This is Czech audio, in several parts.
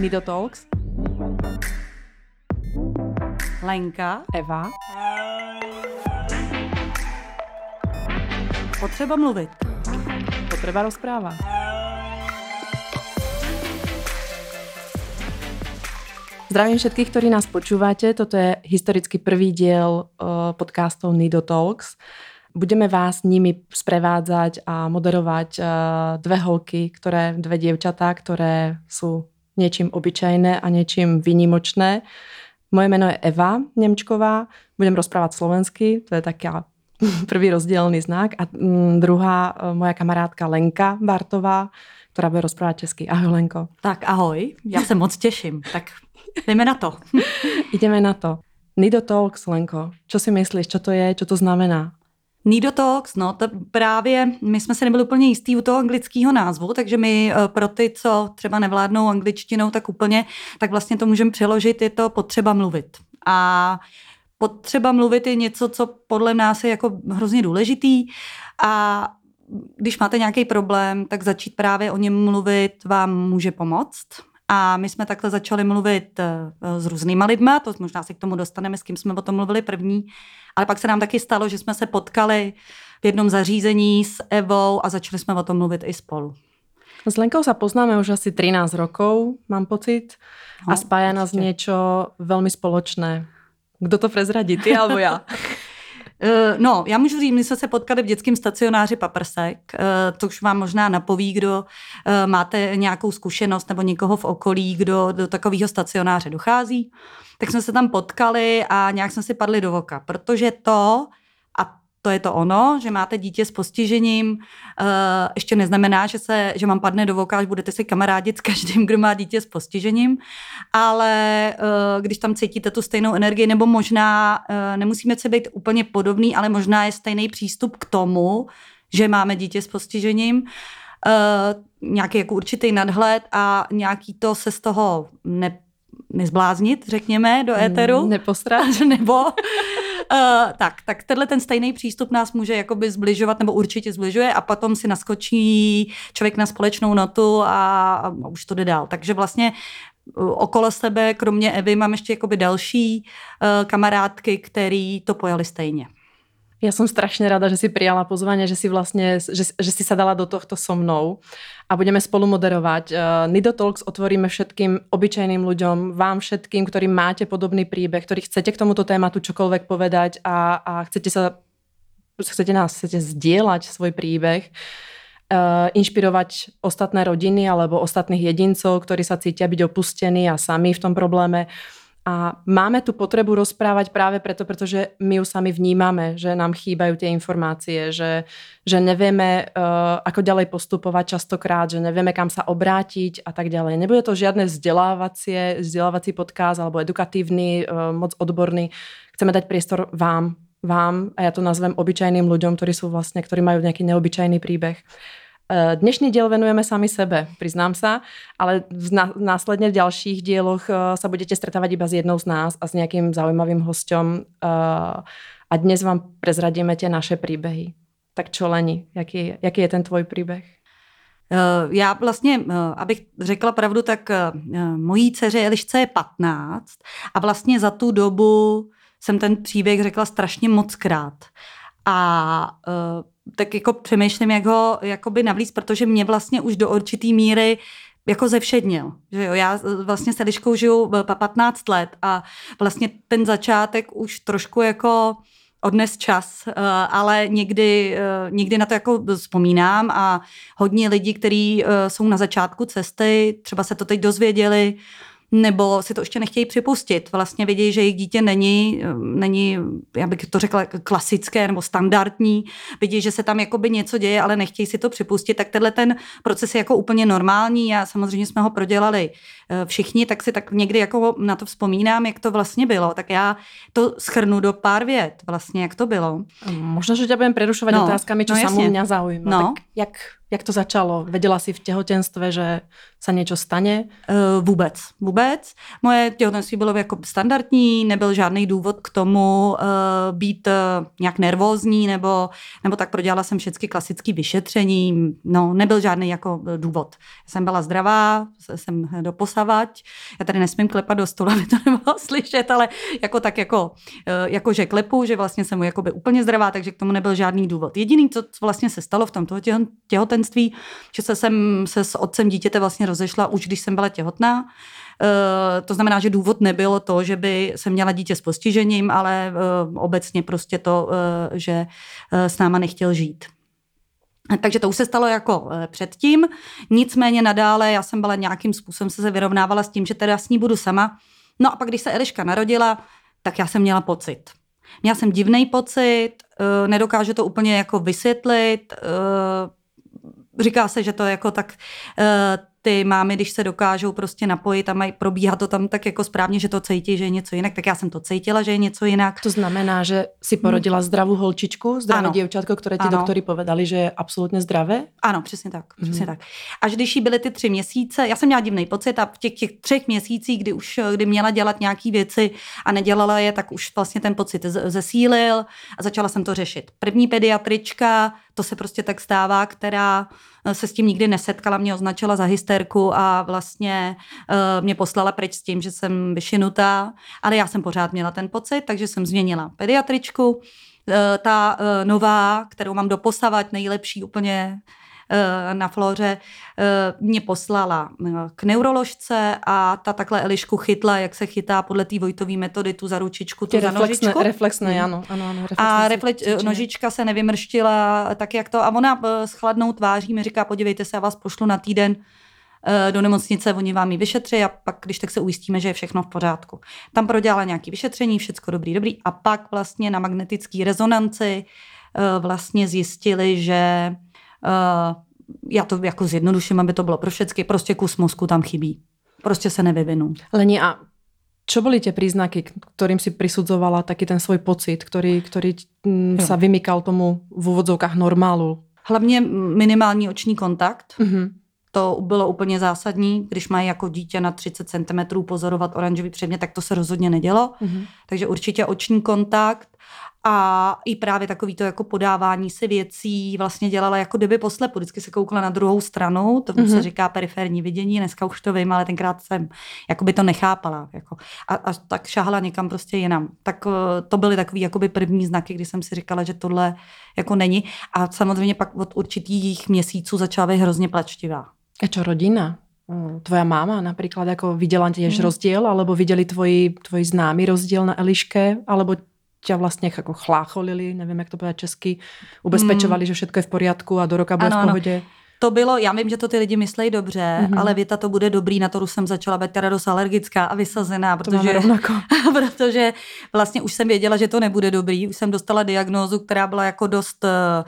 Nido Talks. Lenka. Eva. Potřeba mluvit. Potreba rozpráva. Zdravím všetkých, ktorí nás počúvate. Toto je historicky prvý diel podcastov Nido Talks. Budeme vás nimi sprevádzať a moderovať dve holky, dve dievčatá, ktoré sú niečím obyčajné a niečím výnimočné. Moje meno je Eva Nemčková, budem rozprávať slovensky, to je taká prvý rozdielný znak. A druhá moja kamarátka Lenka Bartová, ktorá bude rozprávať česky. Ahoj, Lenko. Tak ahoj, já se moc těším. Tak jdeme na to. Ideme na to. Nido Talks, Lenko, čo si myslíš, čo to je, čo to znamená? Nido Talks, no to právě, my jsme se nebyli úplně jistý u toho anglického názvu, takže my pro ty, co třeba nevládnou angličtinou tak úplně, tak vlastně to můžeme přeložit, je to potřeba mluvit. A potřeba mluvit je něco, co podle nás je jako hrozně důležitý a když máte nějaký problém, tak začít právě o něm mluvit vám může pomoct. A my jsme takhle začali mluvit s různýma lidma, to možná se k tomu dostaneme, s kým jsme o tom mluvili první, ale pak se nám taky stalo, že jsme se potkali v jednom zařízení s Evou a začali jsme o tom mluvit i spolu. S Lenkou sa poznáme už asi 13 rokov, mám pocit, a spája nás niečo veľmi spoločné. Kdo to prezradí, ty alebo ja? No, já můžu říct, my jsme se potkali v dětském stacionáři Paprsek, to už vám možná napoví, kdo máte nějakou zkušenost nebo někoho v okolí, kdo do takového stacionáře dochází. Tak jsme se tam potkali a nějak jsme si padli do voka, protože to je to ono, že máte dítě s postižením, ještě neznamená, že vám padne do voka, až budete si kamarádit s každým, kdo má dítě s postižením, ale když tam cítíte tu stejnou energii, nebo možná nemusíme si být úplně podobný, ale možná je stejný přístup k tomu, že máme dítě s postižením, nějaký jako určitý nadhled a nějaký to se z toho nezbláznit, řekněme, do éteru. Nepostrát. Nebo tak tenhle ten stejný přístup nás může jakoby zbližovat, nebo určitě zbližuje a potom si naskočí člověk na společnou notu a už to jde dál. Takže vlastně okolo sebe, kromě Evy, mám ještě jakoby další kamarádky, který to pojali stejně. Ja som strašne rada, že si prijala pozvanie, že si sa dala do tohto so mnou a budeme spolu moderovať. Nido Talks otvoríme všetkým obyčajným ľuďom, vám všetkým, ktorí máte podobný príbeh, ktorí chcete k tomuto tématu čokoľvek povedať a chcete zdieľať svoj príbeh, inšpirovať ostatné rodiny alebo ostatných jedincov, ktorí sa cítia byť opustení a sami v tom probléme. A máme tu potrebu rozprávať práve preto, pretože my ju sami vnímame, že nám chýbajú tie informácie, že nevieme, ako ďalej postupovať častokrát, že nevieme, kam sa obrátiť a tak ďalej. Nebude to žiadne vzdelávací podcast alebo edukatívny, moc odborný. Chceme dať priestor vám a ja to nazvem obyčajným ľuďom, ktorí majú nejaký neobyčajný príbeh. Dnešný diel venujeme sami sebe, priznám sa, ale následne v ďalších dieloch sa budete stretávať iba s jednou z nás a s nejakým zaujímavým hosťom a dnes vám prezradíme tie naše príbehy. Tak čo, Leni, jaký je ten tvoj příběh? Já vlastně, abych řekla pravdu, tak mojí dceře Elišce je 15 a vlastně za tu dobu jsem ten příběh řekla strašně mockrát. A tak jako přemýšlím, jak ho jakoby navlíct, protože mě vlastně už do určitý míry jako zevšednil. Že jo? Já vlastně s Eliškou žiju 15 let a vlastně ten začátek už trošku jako odnes čas, ale někdy na to jako vzpomínám a hodně lidí, kteří jsou na začátku cesty, třeba se to teď dozvěděli, nebo si to ještě nechtějí připustit. Vlastně vědí, že jejich dítě není, já bych to řekla, klasické nebo standardní. Vědí, že se tam jakoby něco děje, ale nechtějí si to připustit. Tak tenhle ten proces je jako úplně normální a samozřejmě jsme ho prodělali všichni, tak si tak někdy jako na to vzpomínám, jak to vlastně bylo. Tak já to shrnu do pár vět vlastně, jak to bylo. Možná, že ťa budem prerušovať otázkami, čo samú mňa zaujíma. Tak Jak to začalo? Vedela si v těhotenstve, že se něco stane? Vůbec. Moje těhotenství bylo jako standardní, nebyl žádný důvod k tomu být nějak nervózní, nebo tak prodělala jsem všechny klasické vyšetření. No, nebyl žádný jako důvod. Jsem byla zdravá, jsem doposavať. Já tady nesmím klepat do stolu, aby to nebylo slyšet, ale jako že klepu, že vlastně jsem jakoby úplně zdravá, takže k tomu nebyl žádný důvod. Jediný, co vlastně se stalo v tomto těhotenství, že jsem se s otcem dítěte vlastně rozešla už, když jsem byla těhotná. To znamená, že důvod nebylo to, že by se měla dítě s postižením, ale obecně prostě to, že s náma nechtěl žít. Takže to už se stalo jako předtím. Nicméně nadále já jsem byla nějakým způsobem se vyrovnávala s tím, že teda s ní budu sama. No a pak, když se Eliška narodila, tak já jsem měla pocit. Měla jsem divný pocit, nedokážu to úplně jako vysvětlit. Říká se, že to jako tak ty mámy, když se dokážou prostě napojit a probíhá to tam tak jako správně, že to cítí, že je něco jinak, tak já jsem to cítila, že je něco jinak. To znamená, že si porodila zdravou holčičku, zdravé děvčátko, které ti doktory povedali, že je absolutně zdravé? Ano, přesně tak. Až když jí byly ty 3 měsíce, já jsem měla divný pocit a v těch 3 měsících, kdy měla dělat nějaký věci a nedělala je, tak už vlastně ten pocit zesílil a začala jsem to řešit. První pediatrička, to se prostě tak stává, která se s tím nikdy nesetkala, mě označila za hysterku a vlastně mě poslala pryč s tím, že jsem vyšinutá, ale já jsem pořád měla ten pocit, takže jsem změnila pediatričku. Ta nová, kterou mám doposavat, nejlepší úplně na Floře, mě poslala k neuroložce a ta takhle Elišku chytla, jak se chytá podle té Vojtové metody, tu za ručičku, tu za nožičku. Reflexné, ano. A nožička se nevymrštila tak, jak to. A ona s chladnou tváří mi říká, podívejte se, já vás pošlu na týden do nemocnice, oni vám ji vyšetří a pak, když tak se ujistíme, že je všechno v pořádku. Tam prodělala nějaké vyšetření, všecko dobrý. A pak vlastně na magnetické rezonanci vlastně zjistili, že já to jako zjednoduším, aby to bylo pro všetky, prostě kus mozku tam chybí. Prostě se nevyvinul. Leni, a čo boli tie príznaky, ktorým si prisudzovala taký ten svoj pocit, ktorý sa vymykal tomu v úvodzovkách normálu? Hlavně minimální oční kontakt. To bylo úplně zásadní. Když mají jako dítě na 30 cm pozorovat oranžový předmět, tak to se rozhodně nedělo. Takže určitě oční kontakt. A i právě takový to jako podávání si věcí vlastně dělala jako kdyby poslepu. Vždycky se koukla na druhou stranu, to se říká periferní vidění, dneska už to vím, ale tenkrát jsem jakoby to nechápala. Jako. A tak šáhla někam prostě jinam. Tak to byly takový jakoby první znaky, kdy jsem si říkala, že tohle jako není. A samozřejmě pak od určitých měsíců začala být hrozně plačtivá. A čo rodina? Tvoja máma napríklad ako videla tiež rozdiel, alebo videli tvoji známi rozdiel na Eliške, alebo ťa vlastne ako chlácholili, neviem, jak to povedať česky, ubezpečovali, že všetko je v poriadku a do roka bude v pohodě? To bylo, já vím, že to ty lidi myslejí dobře, ale věta to bude dobrý, na to jsem začala být teda dost alergická a vysazená, protože vlastně už jsem věděla, že to nebude dobrý, už jsem dostala diagnózu, která byla jako dost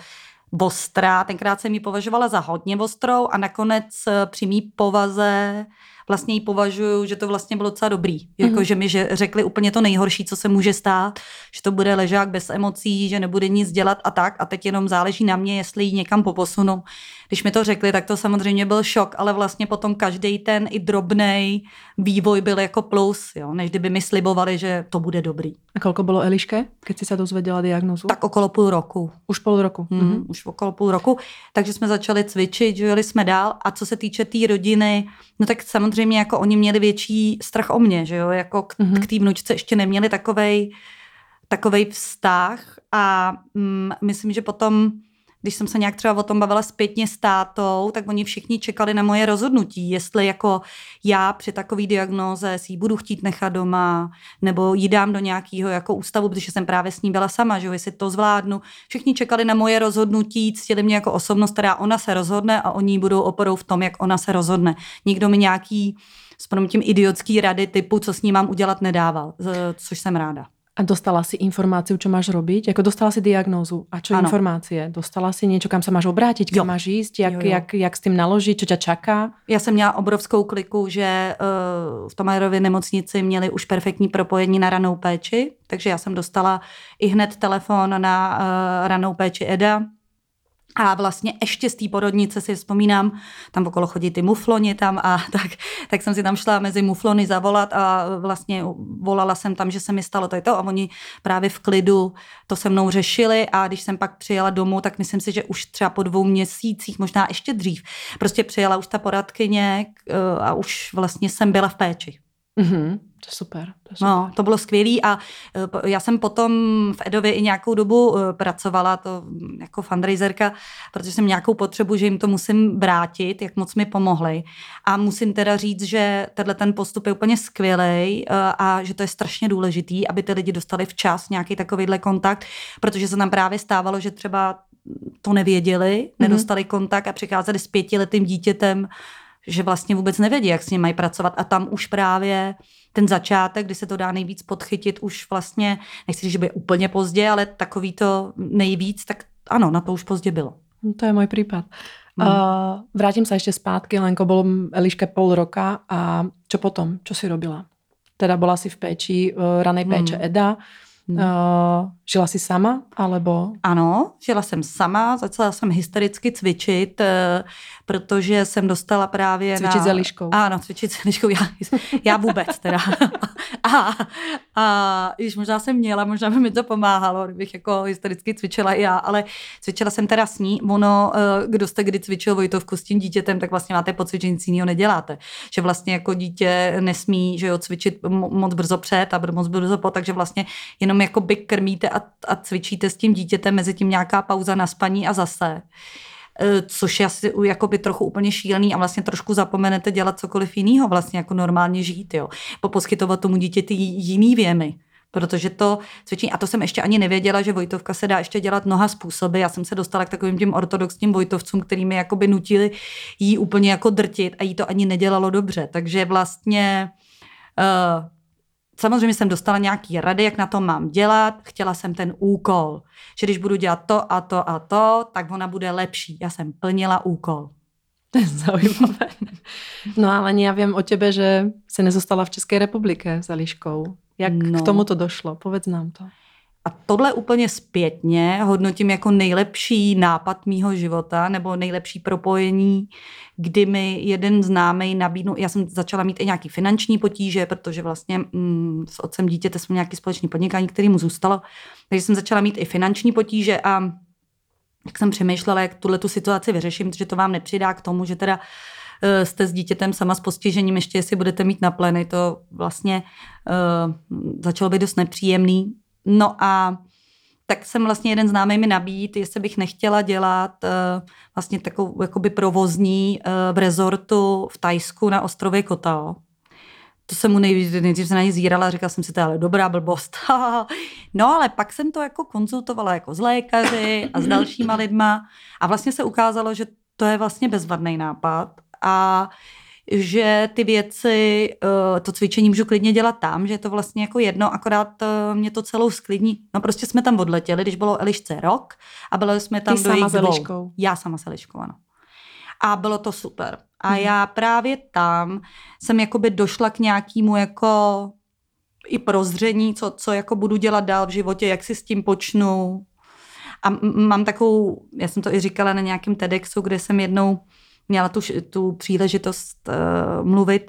ostrá, tenkrát jsem ji považovala za hodně ostrou a nakonec při mý povaze vlastně ji považuju, že to vlastně bylo docela dobrý. Jako, že mi řekli úplně to nejhorší, co se může stát, že to bude ležák bez emocí, že nebude nic dělat a tak. A teď jenom záleží na mě, jestli ji někam poposunu. Když mi to řekli, tak to samozřejmě byl šok, ale vlastně potom každý ten i drobnej vývoj byl jako plus, jo, než kdyby mi slibovali, že to bude dobrý. A kolko bylo Eliške, keď si se dozvěděla diagnózu? Tak okolo půl roku. Už půl roku. Už okolo půl roku. Takže jsme začali cvičit, jeli jsme dál. A co se týče té rodiny, no tak samozřejmě jako oni měli větší strach o mě, že jo, jako k té vnučce ještě neměli takovej vztah a myslím, že potom, když jsem se nějak třeba o tom bavila zpětně s tátou, tak oni všichni čekali na moje rozhodnutí, jestli jako já při takové diagnóze si ji budu chtít nechat doma, nebo ji dám do nějakého jako ústavu, protože jsem právě s ní byla sama, že jo, jestli to zvládnu. Všichni čekali na moje rozhodnutí, ctili mě jako osobnost, která ona se rozhodne a oni budou oporou v tom, jak ona se rozhodne. Nikdo mi nějaký s tím idiotský rady typu, co s ní mám udělat, nedával, což jsem ráda. A dostala si informáciu, čo máš robiť? Jako dostala si diagnózu. A čo informácie? Dostala si niečo, kam sa máš obrátiť, kam máš ísť? Jak s tým naložiť? Čo ťa čaká? Já jsem měla obrovskou kliku, že v Tomajerově nemocnici měli už perfektní propojení na ranou péči, takže já jsem dostala i hned telefon na ranou péči EDA. A vlastně ještě z té porodnice si vzpomínám, tam okolo chodí ty mufloni tam a tak jsem si tam šla mezi muflony zavolat a vlastně volala jsem tam, že se mi stalo to a oni právě v klidu to se mnou řešili a když jsem pak přijela domů, tak myslím si, že už třeba po 2 měsících, možná ještě dřív, prostě přijela už ta poradkyně a už vlastně jsem byla v péči. Mm-hmm. To je super. No, to bylo skvělý a já jsem potom v Edově i nějakou dobu pracovala to jako fundraiserka, protože jsem nějakou potřebu, že jim to musím vrátit, jak moc mi pomohli. A musím teda říct, že ten postup je úplně skvělej a že to je strašně důležitý, aby ty lidi dostali včas nějaký takovýhle kontakt, protože se nám právě stávalo, že třeba to nevěděli, nedostali kontakt a přicházeli s 5letým dítětem, že vlastně vůbec nevědí, jak s ním mají pracovat a tam už právě ten začátek, kdy se to dá nejvíc podchytit, už vlastně, nechci říct, že by úplně pozdě, ale takový to nejvíc, tak ano, na to už pozdě bylo. To je můj případ. Vrátim sa ešte zpátky, Lenko, bolo Eliške 0,5 roka a čo potom? Čo si robila? Teda bola si v péči ranej péče Eda. Žila jsi sama, alebo? Ano, žila jsem sama, začala jsem hystericky cvičit, protože jsem dostala právě cvičit s Eliškou. Ano, cvičit s Eliškou, já vůbec teda. A již možná jsem měla, možná by mi to pomáhalo, kdybych jako hystericky cvičila i já, ale cvičila jsem teda s ní. Ono, kdo jste kdy cvičil Vojtovku s tím dítětem, tak vlastně máte pocit, že nic jiného neděláte. Že vlastně jako dítě nesmí, že jo, cvičit moc brzo před a moc brzo po, takže vlastně jenom jako by krmíte a cvičíte s tím dítětem, mezi tím nějaká pauza na spaní a zase. Což je asi jakoby trochu úplně šílený a vlastně trošku zapomenete dělat cokoliv jiného, vlastně jako normálně žít, jo. Poskytovat tomu dítěti jiný věmy. Protože to cvičení, a to jsem ještě ani nevěděla, že Vojtovka se dá ještě dělat mnoha způsoby. Já jsem se dostala k takovým těm ortodoxním Vojtovcům, kterými jakoby nutili jí úplně jako drtit a jí to ani nedělalo dobře. Takže vlastně samozřejmě jsem dostala nějaký rady, jak na to mám dělat. Chtěla jsem ten úkol, že když budu dělat to a to a to, tak ona bude lepší. Já jsem plnila úkol. To je zaujímavé. No ale já vím o tebe, že se nezostala v České republike s Eliškou. Jak k tomu to došlo? Povedz nám to. A tohle úplně zpětně hodnotím jako nejlepší nápad mýho života nebo nejlepší propojení, kdy mi jeden známej nabídnul, já jsem začala mít i nějaký finanční potíže, protože vlastně s otcem dítěte jsme nějaký společný podnikání, který mu zůstalo, takže jsem začala mít i finanční potíže a tak jsem přemýšlela, jak tuhletu situaci vyřeším, protože to vám nepřidá k tomu, že teda jste s dítětem sama s postižením, ještě jestli budete mít na pleny, to vlastně začalo být dost nepříjemný. No a tak jsem vlastně jeden známý mi nabídl, jestli bych nechtěla dělat vlastně takovou jakoby provozní v rezortu v Thajsku na ostrově Koh Tao. To jsem mu nejdřív se na něj zírala a říkala jsem si, to je ale dobrá blbost. No ale pak jsem to jako konzultovala jako s lékaři a s dalšíma lidma a vlastně se ukázalo, že to je vlastně bezvadný nápad a že ty věci, to cvičení můžu klidně dělat tam, že je to vlastně jako jedno, akorát mě to celou sklidní. No prostě jsme tam odletěli, když bylo Elišce rok a byli jsme tam Ty do sama s Eliškou. Já sama s Eliškou, ano. A bylo to super. A já právě tam jsem jakoby došla k nějakému jako i prozření, co jako budu dělat dál v životě, jak si s tím počnu. A mám takovou, já jsem to i říkala na nějakém TEDxu, kde jsem jednou měla tu příležitost mluvit,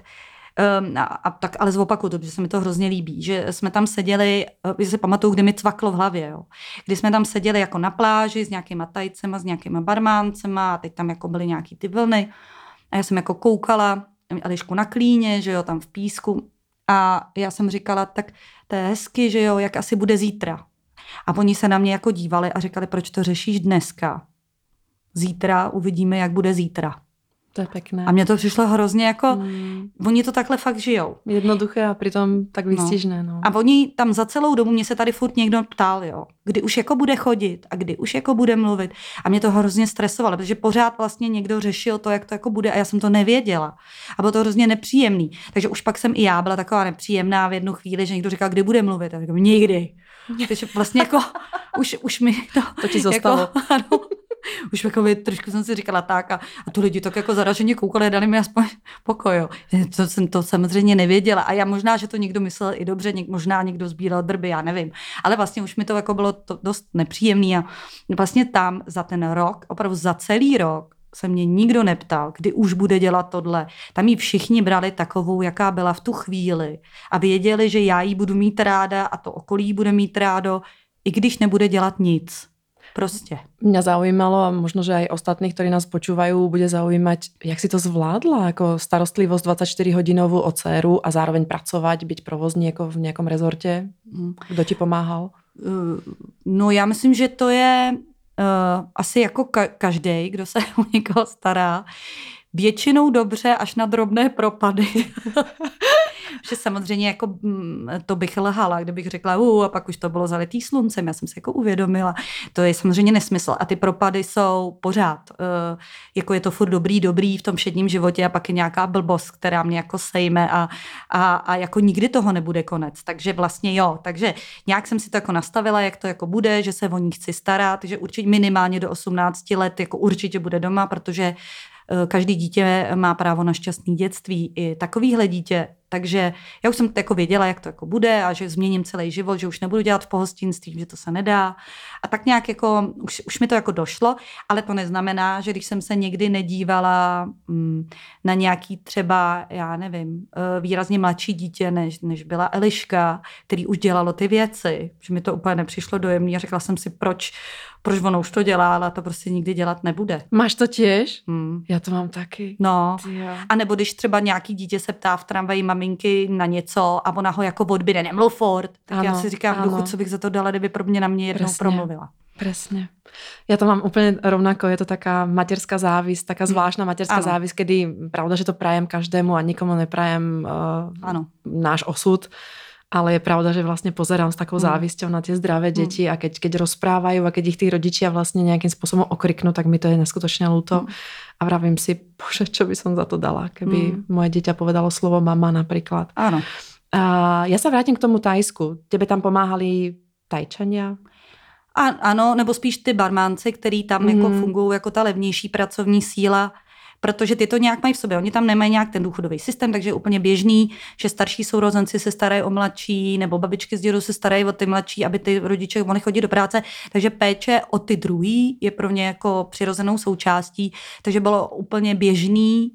tak ale zopakuju to, protože se mi to hrozně líbí, že jsme tam seděli, že si pamatuju, kdy mi cvaklo v hlavě, jo. Kdy jsme tam seděli jako na pláži s nějakýma tajcema, s nějakýma barmáncema a teď tam jako byly nějaký ty vlny a já jsem jako koukala Elišku na klíně, že jo, tam v písku a já jsem říkala, tak to je hezky, že jo, jak asi bude zítra. A oni se na mě jako dívali a říkali, proč to řešíš dneska? Zítra uvidíme, jak bude zítra. To je pekné. A mně to přišlo hrozně jako, oni to takhle fakt žijou. Jednoduché a přitom tak výstižné. No. A oni tam za celou dobu, mě se tady furt někdo ptal, jo, kdy už jako bude chodit a kdy už jako bude mluvit. A mě to hrozně stresovalo, protože pořád vlastně někdo řešil to, jak to jako bude a já jsem to nevěděla. A bylo to hrozně nepříjemný. Takže už pak jsem i já byla taková nepříjemná v jednu chvíli, že někdo říkal, kdy bude mluvit. A říkám, nikdy. Takže vlastně jako už mi to... To ti zostalo. Jako, ano, Už jako trošku jsem si říkala tak a tu lidi tak jako zaraženě koukali a dali mi aspoň pokoj. Jo. To jsem to samozřejmě nevěděla a já možná, že to někdo myslel i dobře, možná někdo sbíral drby, já nevím. Ale vlastně už mi to jako bylo dost nepříjemný a vlastně tam za ten rok, opravdu za celý rok se mě nikdo neptal, kdy už bude dělat tohle. Tam ji všichni brali takovou, jaká byla v tu chvíli a věděli, že já jí budu mít ráda a to okolí bude mít rádo, i když nebude dělat nic. Prostě. Mňa zaujímalo a možno, že aj ostatných, ktorí nás počúvajú, bude zaujímať, jak si to zvládla, ako starostlivosť 24-hodinovú o dceru a zároveň pracovať, byť provozní jako v nejakom rezorte. Kdo ti pomáhal? No já myslím, že to je asi jako každý, kdo se o někoho stará. Většinou dobře až na drobné propady. Že samozřejmě jako to bych lhala, kdybych řekla a pak už to bylo zalitý sluncem, já jsem se jako uvědomila. To je samozřejmě nesmysl a ty propady jsou pořád. Jako je to furt dobrý v tom všedním životě a pak je nějaká blbost, která mě jako sejme a jako nikdy toho nebude konec. Takže vlastně jo, takže nějak jsem si to jako nastavila, jak to jako bude, že se o ní chci starat, že určitě minimálně do 18 let jako určitě bude doma, protože každý dítě má právo na šťastné dětství, i takovýhle dítě. Takže já už jsem jako věděla, jak to jako bude a že změním celý život, že už nebudu dělat v pohostinství, že to se nedá. A tak nějak jako, už mi to jako došlo, ale to neznamená, že když jsem se někdy nedívala na nějaký třeba, já nevím, výrazně mladší dítě, než byla Eliška, který už dělalo ty věci, že mi to úplně nepřišlo dojemný a řekla jsem si, proč ono už to dělá, ale to prostě nikdy dělat nebude. Máš to těž? Já to mám taky. No. A nebo když třeba nějaký dítě se ptá v tramvaji maminky na něco a ona ho jako odbyde, nemluv furt, tak ano, já si říkám, duchu, co bych za to dala, kdyby pro mě na mě jednou promluvila. Presne. Ja to mám úplne rovnako, je to taká materská závisť, taká zvláštna materská závisť, kedy pravda, že to prajem každému a nikomu neprajem náš osud, ale je pravda, že vlastne pozerám s takou závisťou na tie zdravé deti a keď rozprávajú a keď ich tí rodičia vlastne nejakým spôsobom okriknú, tak mi to je neskutočne ľúto. A vravím si, bože, čo by som za to dala, keby moje dieťa povedalo slovo mama napríklad. Áno. Ja sa vrátim k tomu Thajsku. Tebe tam pomáhali Thajčania? Ano, nebo spíš ty barmánci, který tam jako fungují jako ta levnější pracovní síla, protože ty to nějak mají v sobě. Oni tam nemají nějak ten důchodový systém, takže je úplně běžný, že starší sourozenci se starají o mladší, nebo babičky s dědou se starají o ty mladší, aby ty rodiče mohli chodit do práce. Takže péče o ty druhý je pro mě jako přirozenou součástí. Takže bylo úplně běžný,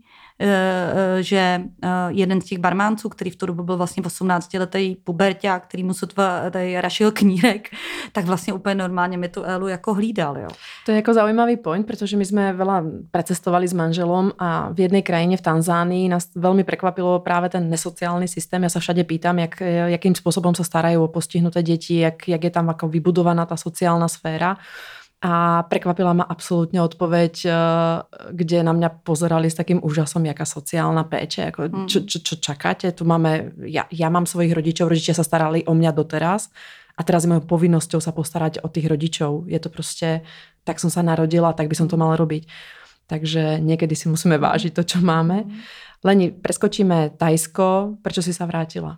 že jeden z těch barmánců, který v tu dobu byl vlastně 18letý puberťák, který mu sotva tady rašil knírek, tak vlastně úplně normálně mi tu Élu jako hlídal. Jo. To je jako zaujímavý point, pretože my sme veľa precestovali s manželom a v jednej krajine v Tanzánii nás veľmi prekvapilo práve ten nesociálny systém. Ja sa všade pýtam, jakým spôsobom sa starajú o postihnuté deti, jak je tam ako vybudovaná tá sociálna sféra. A prekvapila ma absolútne odpoveď, kde na mňa pozerali s takým úžasom, jaká sociálna péče, ako, čo čakáte. Tu máme, ja mám svojich rodičov, rodičia sa starali o mňa doteraz a teraz je mojou povinnosťou sa postarať o tých rodičov. Je to proste, tak som sa narodila, tak by som to mala robiť. Takže niekedy si musíme vážiť to, čo máme. Leni, preskočíme Thajsko. Prečo si sa vrátila?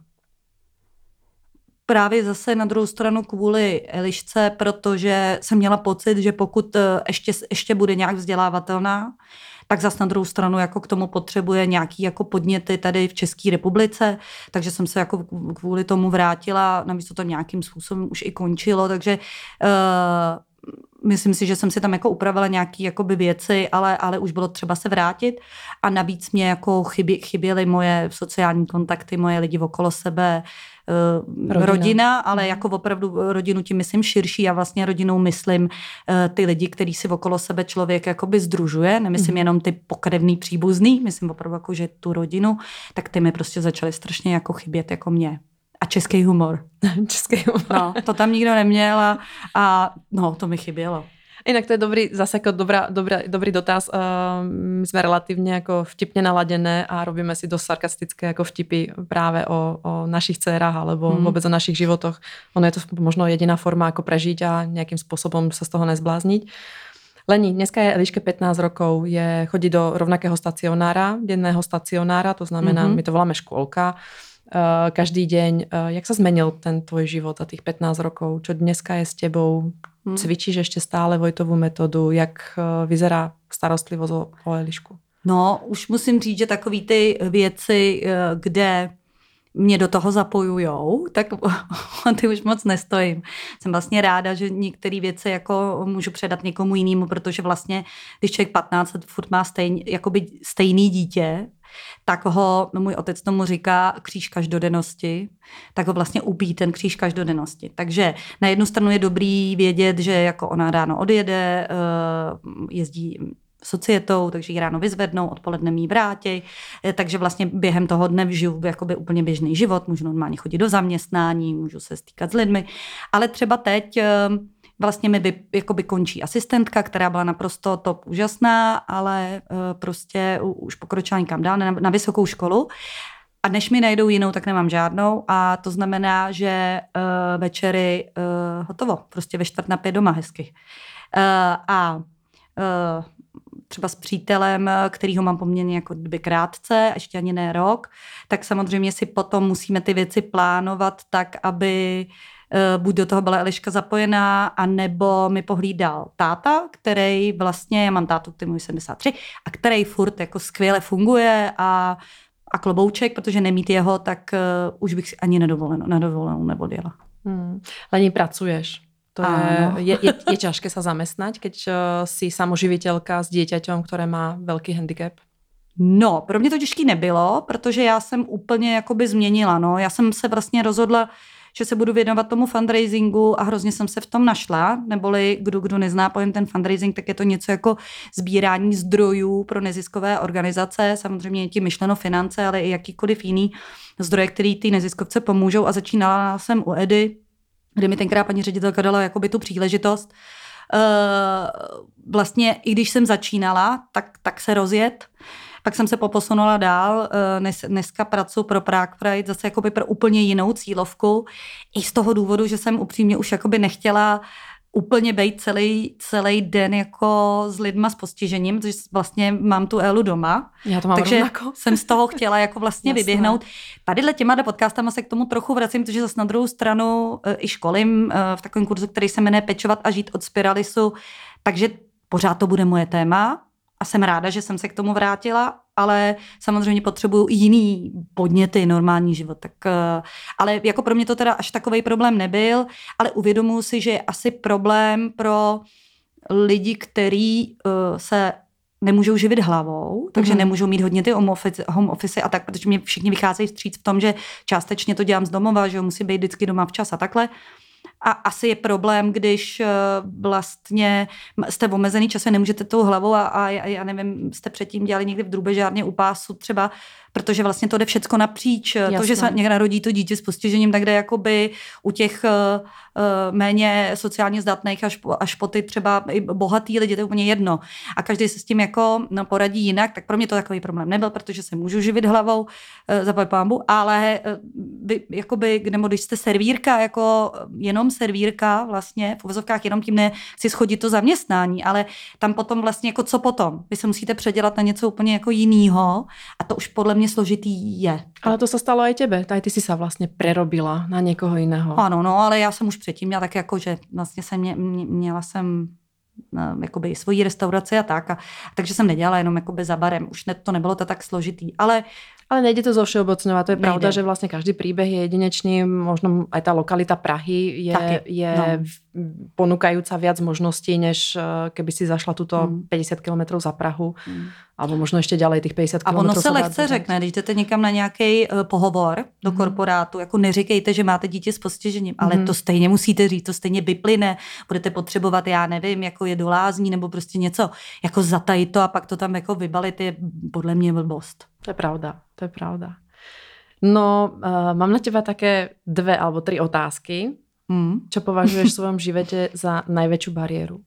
Právě zase na druhou stranu kvůli Elišce, protože jsem měla pocit, že pokud ještě bude nějak vzdělávatelná, tak zase na druhou stranu jako k tomu potřebuje nějaký jako podněty tady v České republice, takže jsem se jako kvůli tomu vrátila, navíc to tam nějakým způsobem už i končilo, takže myslím si, že jsem si tam jako upravila nějaké jakoby věci, ale už bylo třeba se vrátit a navíc mě jako chyběly moje sociální kontakty, moje lidi okolo sebe, rodina, ale jako opravdu rodinu tím myslím širší a vlastně rodinou myslím ty lidi, který si okolo sebe člověk jakoby združuje, nemyslím jenom ty pokrevný příbuzný, myslím opravdu jako, že tu rodinu, tak ty mi prostě začaly strašně jako chybět jako mě. A český humor. Český humor. No, to tam nikdo neměl a no, to mi chybělo. Inak to je dobrý dotaz. My sme relatívne ako vtipne naladené a robíme si dosť sarkastické ako vtipy práve o našich dcerách alebo vôbec o našich životoch. Ono je to možno jediná forma, ako prežiť a nejakým spôsobom sa z toho nezblázniť. Leni, dneska je Eliške 15 rokov, chodí do rovnakého stacionára, denného stacionára, to znamená, my to voláme škôlka. Každý deň. Jak sa zmenil ten tvoj život za tých 15 rokov? Čo dneska je s tebou? Cvičíš ještě stále Vojtovú metodu? Jak vyzerá starostlivost o Elišku? No, už musím říct, že takový ty věci, kde mě do toho zapojujou, tak ty už moc nestojím. Jsem vlastně ráda, že některé věci jako můžu předat někomu jinému, protože vlastně, když člověk 15 let furt má stejný dítě, tak ho, můj otec tomu říká kříž každodennosti, tak ho vlastně ubíjí ten kříž každodennosti. Takže na jednu stranu je dobrý vědět, že jako ona ráno odjede, jezdí societou, takže ji ráno vyzvednou, odpoledne jí vrátí, takže vlastně během toho dne žiju jakoby úplně běžný život, můžu normálně chodit do zaměstnání, můžu se stýkat s lidmi, ale třeba teď vlastně mi jakoby končí asistentka, která byla naprosto top úžasná, ale prostě už pokročila někam dál na vysokou školu. A než mi najdou jinou, tak nemám žádnou a to znamená, že večery hotovo, prostě ve 4:45 doma hezky. Třeba s přítelem, kterýho mám poměrně jako kdyby krátce, ještě ani ne rok, tak samozřejmě si potom musíme ty věci plánovat tak, aby buď do toho byla Eliška zapojená, anebo mi pohlídal táta, který vlastně, já mám tátu, který mu je 73, a který furt jako skvěle funguje a klobouček, protože nemít jeho, tak už bych si ani na dovolenou neodjela. Lení, pracuješ. To je ťažké sa zamestnať, keď si samoživiteľka s dieťaťom, ktoré má veľký handicap? No, pro mě to těžký nebylo, protože já jsem úplně jakoby změnila. No. Já jsem se vlastně rozhodla, že se budu věnovat tomu fundraisingu a hrozně jsem se v tom našla, neboli kdo nezná pojem ten fundraising, tak je to něco jako sbírání zdrojů pro neziskové organizace, samozřejmě je tím myšleno finance, ale i jakýkoliv jiný zdroje, který ty neziskovce pomůžou a začínala jsem u Edy, kde mi tenkrát paní ředitelka dala jakoby tu příležitost. Vlastně i když jsem začínala, tak se rozjet. Pak jsem se poposunula dál. Dneska pracuji pro Prague Pride zase jakoby pro úplně jinou cílovku. I z toho důvodu, že jsem upřímně už jakoby nechtěla úplně být celý den jako s lidma s postižením, protože vlastně mám tu Elu doma. Já to mám takže rovnako. jsem z toho chtěla jako vlastně vyběhnout. Tadyhle těma podcastama se k tomu trochu vracím, protože zase na druhou stranu i školím v takovém kurzu, který se jmenuje Pečovat a žít od Spiralisu, takže pořád to bude moje téma a jsem ráda, že jsem se k tomu vrátila, ale samozřejmě potřebuju i jiný podněty, normální život. Tak, ale jako pro mě to teda až takovej problém nebyl, ale uvědomuji si, že je asi problém pro lidi, kteří se nemůžou živit hlavou, takže nemůžou mít hodně ty home office a tak, protože mě všichni vycházejí vstříc v tom, že částečně to dělám z domova, že musím být vždycky doma včas a takhle. A asi je problém, když vlastně jste v omezený čase, nemůžete tou hlavou a já nevím, jste předtím dělali někdy v drubežárně u pásu třeba, protože vlastně to jde všecko napříč. Jasně. To, že se někde narodí to dítě s postižením, tak jde jakoby u těch méně sociálně zdatných až po ty třeba i bohatý lidi, to je úplně jedno. A každý se s tím jako poradí jinak, tak pro mě to takový problém nebyl, protože se můžu živit hlavou za pambu, ale jakoby, nebo když jste servírka, jako jenom servírka vlastně, v uvozovkách jenom tím nechci schodit to zaměstnání, ale tam potom vlastně jako co potom? Vy se musíte předělat na něco úplně jako jinýho a to už podle mě složitý je. Ale to se stalo aj tebe. Aj ty si sa vlastně prerobila na někoho jiného. Ano, no, ale já jsem už předtím měla tak jako, že vlastně měla jsem jakoby svoji restauraci a tak. Takže jsem nedělala jenom jakoby za barem. Už to nebylo to tak složitý, ale nejde to zovšeobecňovať. To je pravda, že vlastne každý príbeh je jedinečný. Možno aj tá lokalita Prahy je ponúkajúca viac možností, než keby si zašla tuto 50 km za Prahu. Alebo možno ještě ďalej těch 50 km. A ono se lehce řekne, když jdete někam na nějaký pohovor do korporátu, jako neříkejte, že máte dítě s postižením, ale to stejně musíte říct, to stejně vyplyne, budete potřebovat, já nevím, jako je do lázní nebo prostě něco, jako zatajit to a pak to tam jako vybalit je podle mě blbost. To je pravda. No, mám na teba také 2 alebo 3 otázky. Čo považuješ v svojom živote za najväčšiu bariéru?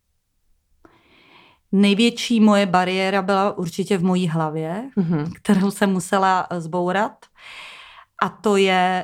Největší moje bariéra byla určitě v mojí hlavě, kterou jsem musela zbourat. A to je,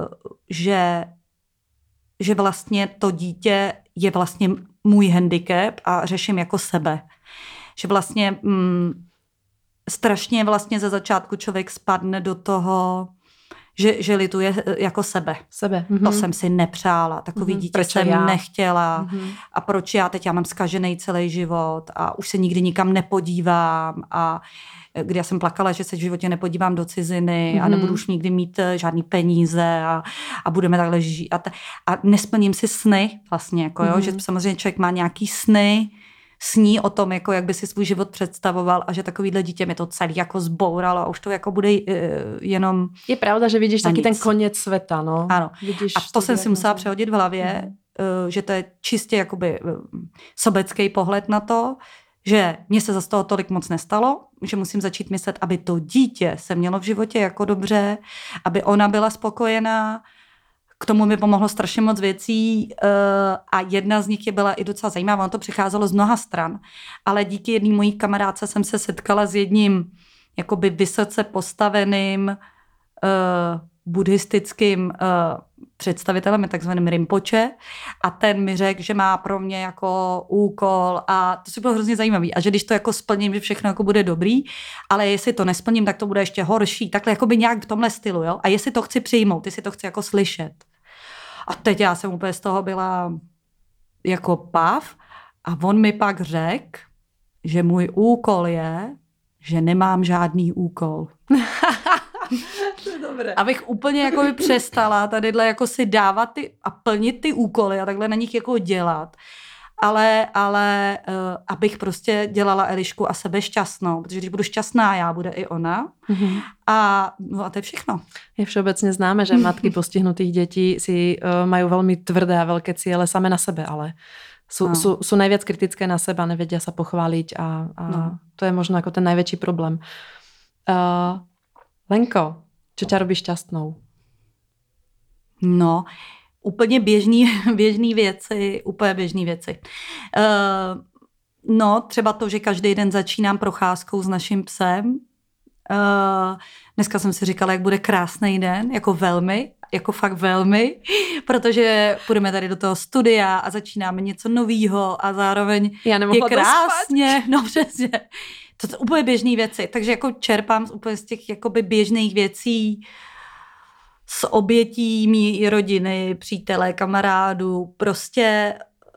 že vlastně to dítě je vlastně můj handicap a řeším jako sebe. Že vlastně strašně vlastně ze začátku člověk spadne do toho, že lituje jako sebe. To jsem si nepřála, takový dítě jsem nechtěla a proč já mám zkažený celý život a už se nikdy nikam nepodívám a kdy já jsem plakala, že se v životě nepodívám do ciziny a nebudu už nikdy mít žádný peníze a budeme takhle žít. A nesplním si sny vlastně, jako jo, že samozřejmě člověk má nějaký sny, sní o tom, jako jak by si svůj život představoval a že takovýhle dítě mi to celý jako zbouralo a už to jako bude jenom je pravda, že vidíš taky ten konec světa, no. Ano. Vidíš, a to jsem si musela přehodit v hlavě, že to je čistě jakoby sobecký pohled na to, že mně se za toho tolik moc nestalo, že musím začít myslet, aby to dítě se mělo v životě jako dobře, aby ona byla spokojená. K tomu mi pomohlo strašně moc věcí a jedna z nich byla i docela zajímavá. Ono to přicházelo z mnoha stran, ale díky jedné mojí kamarádce jsem se setkala s jedním jakoby vysoce postaveným buddhistickým představitelem, takzvaným Rinpoche, a ten mi řekl, že má pro mě jako úkol a to si bylo hrozně zajímavý a že když to jako splním, že všechno jako bude dobrý, ale jestli to nesplním, tak to bude ještě horší, takhle jako by nějak v tomhle stylu, jo? A jestli to chci přijmout, jestli to chci jako slyšet. A teď já jsem úplně z toho byla jako pav a on mi pak řekl, že můj úkol je, že nemám žádný úkol. Dobré. Abych úplně jako by přestala tadyhle jako si dávat a plnit ty úkoly a takhle na nich jako dělat. Ale abych dělala Elišku a sebe šťastnou, protože když budu šťastná já, bude i ona. A to je všechno. Je všeobecně známe, že matky postihnutých dětí si mají velmi tvrdé a velké cíle same na sebe, ale sú najviac kritické na seba, nevedia sa pochváliť a to je možno ako ten najväčší problém. Lenko, čo ťa robí šťastnou? No, úplně běžný věci, úplně běžný věci. No, třeba to, že každý den začínám procházkou s naším psem. Dneska jsem si říkala, jak bude krásný den, jako fakt velmi, protože půjdeme tady do toho studia a začínáme něco novýho a zároveň je krásně. No přesně. To jsou úplně běžné věci, takže jako čerpám úplně z těch jakoby běžných věcí, s obětí mý rodiny, přátelé, kamarádů, prostě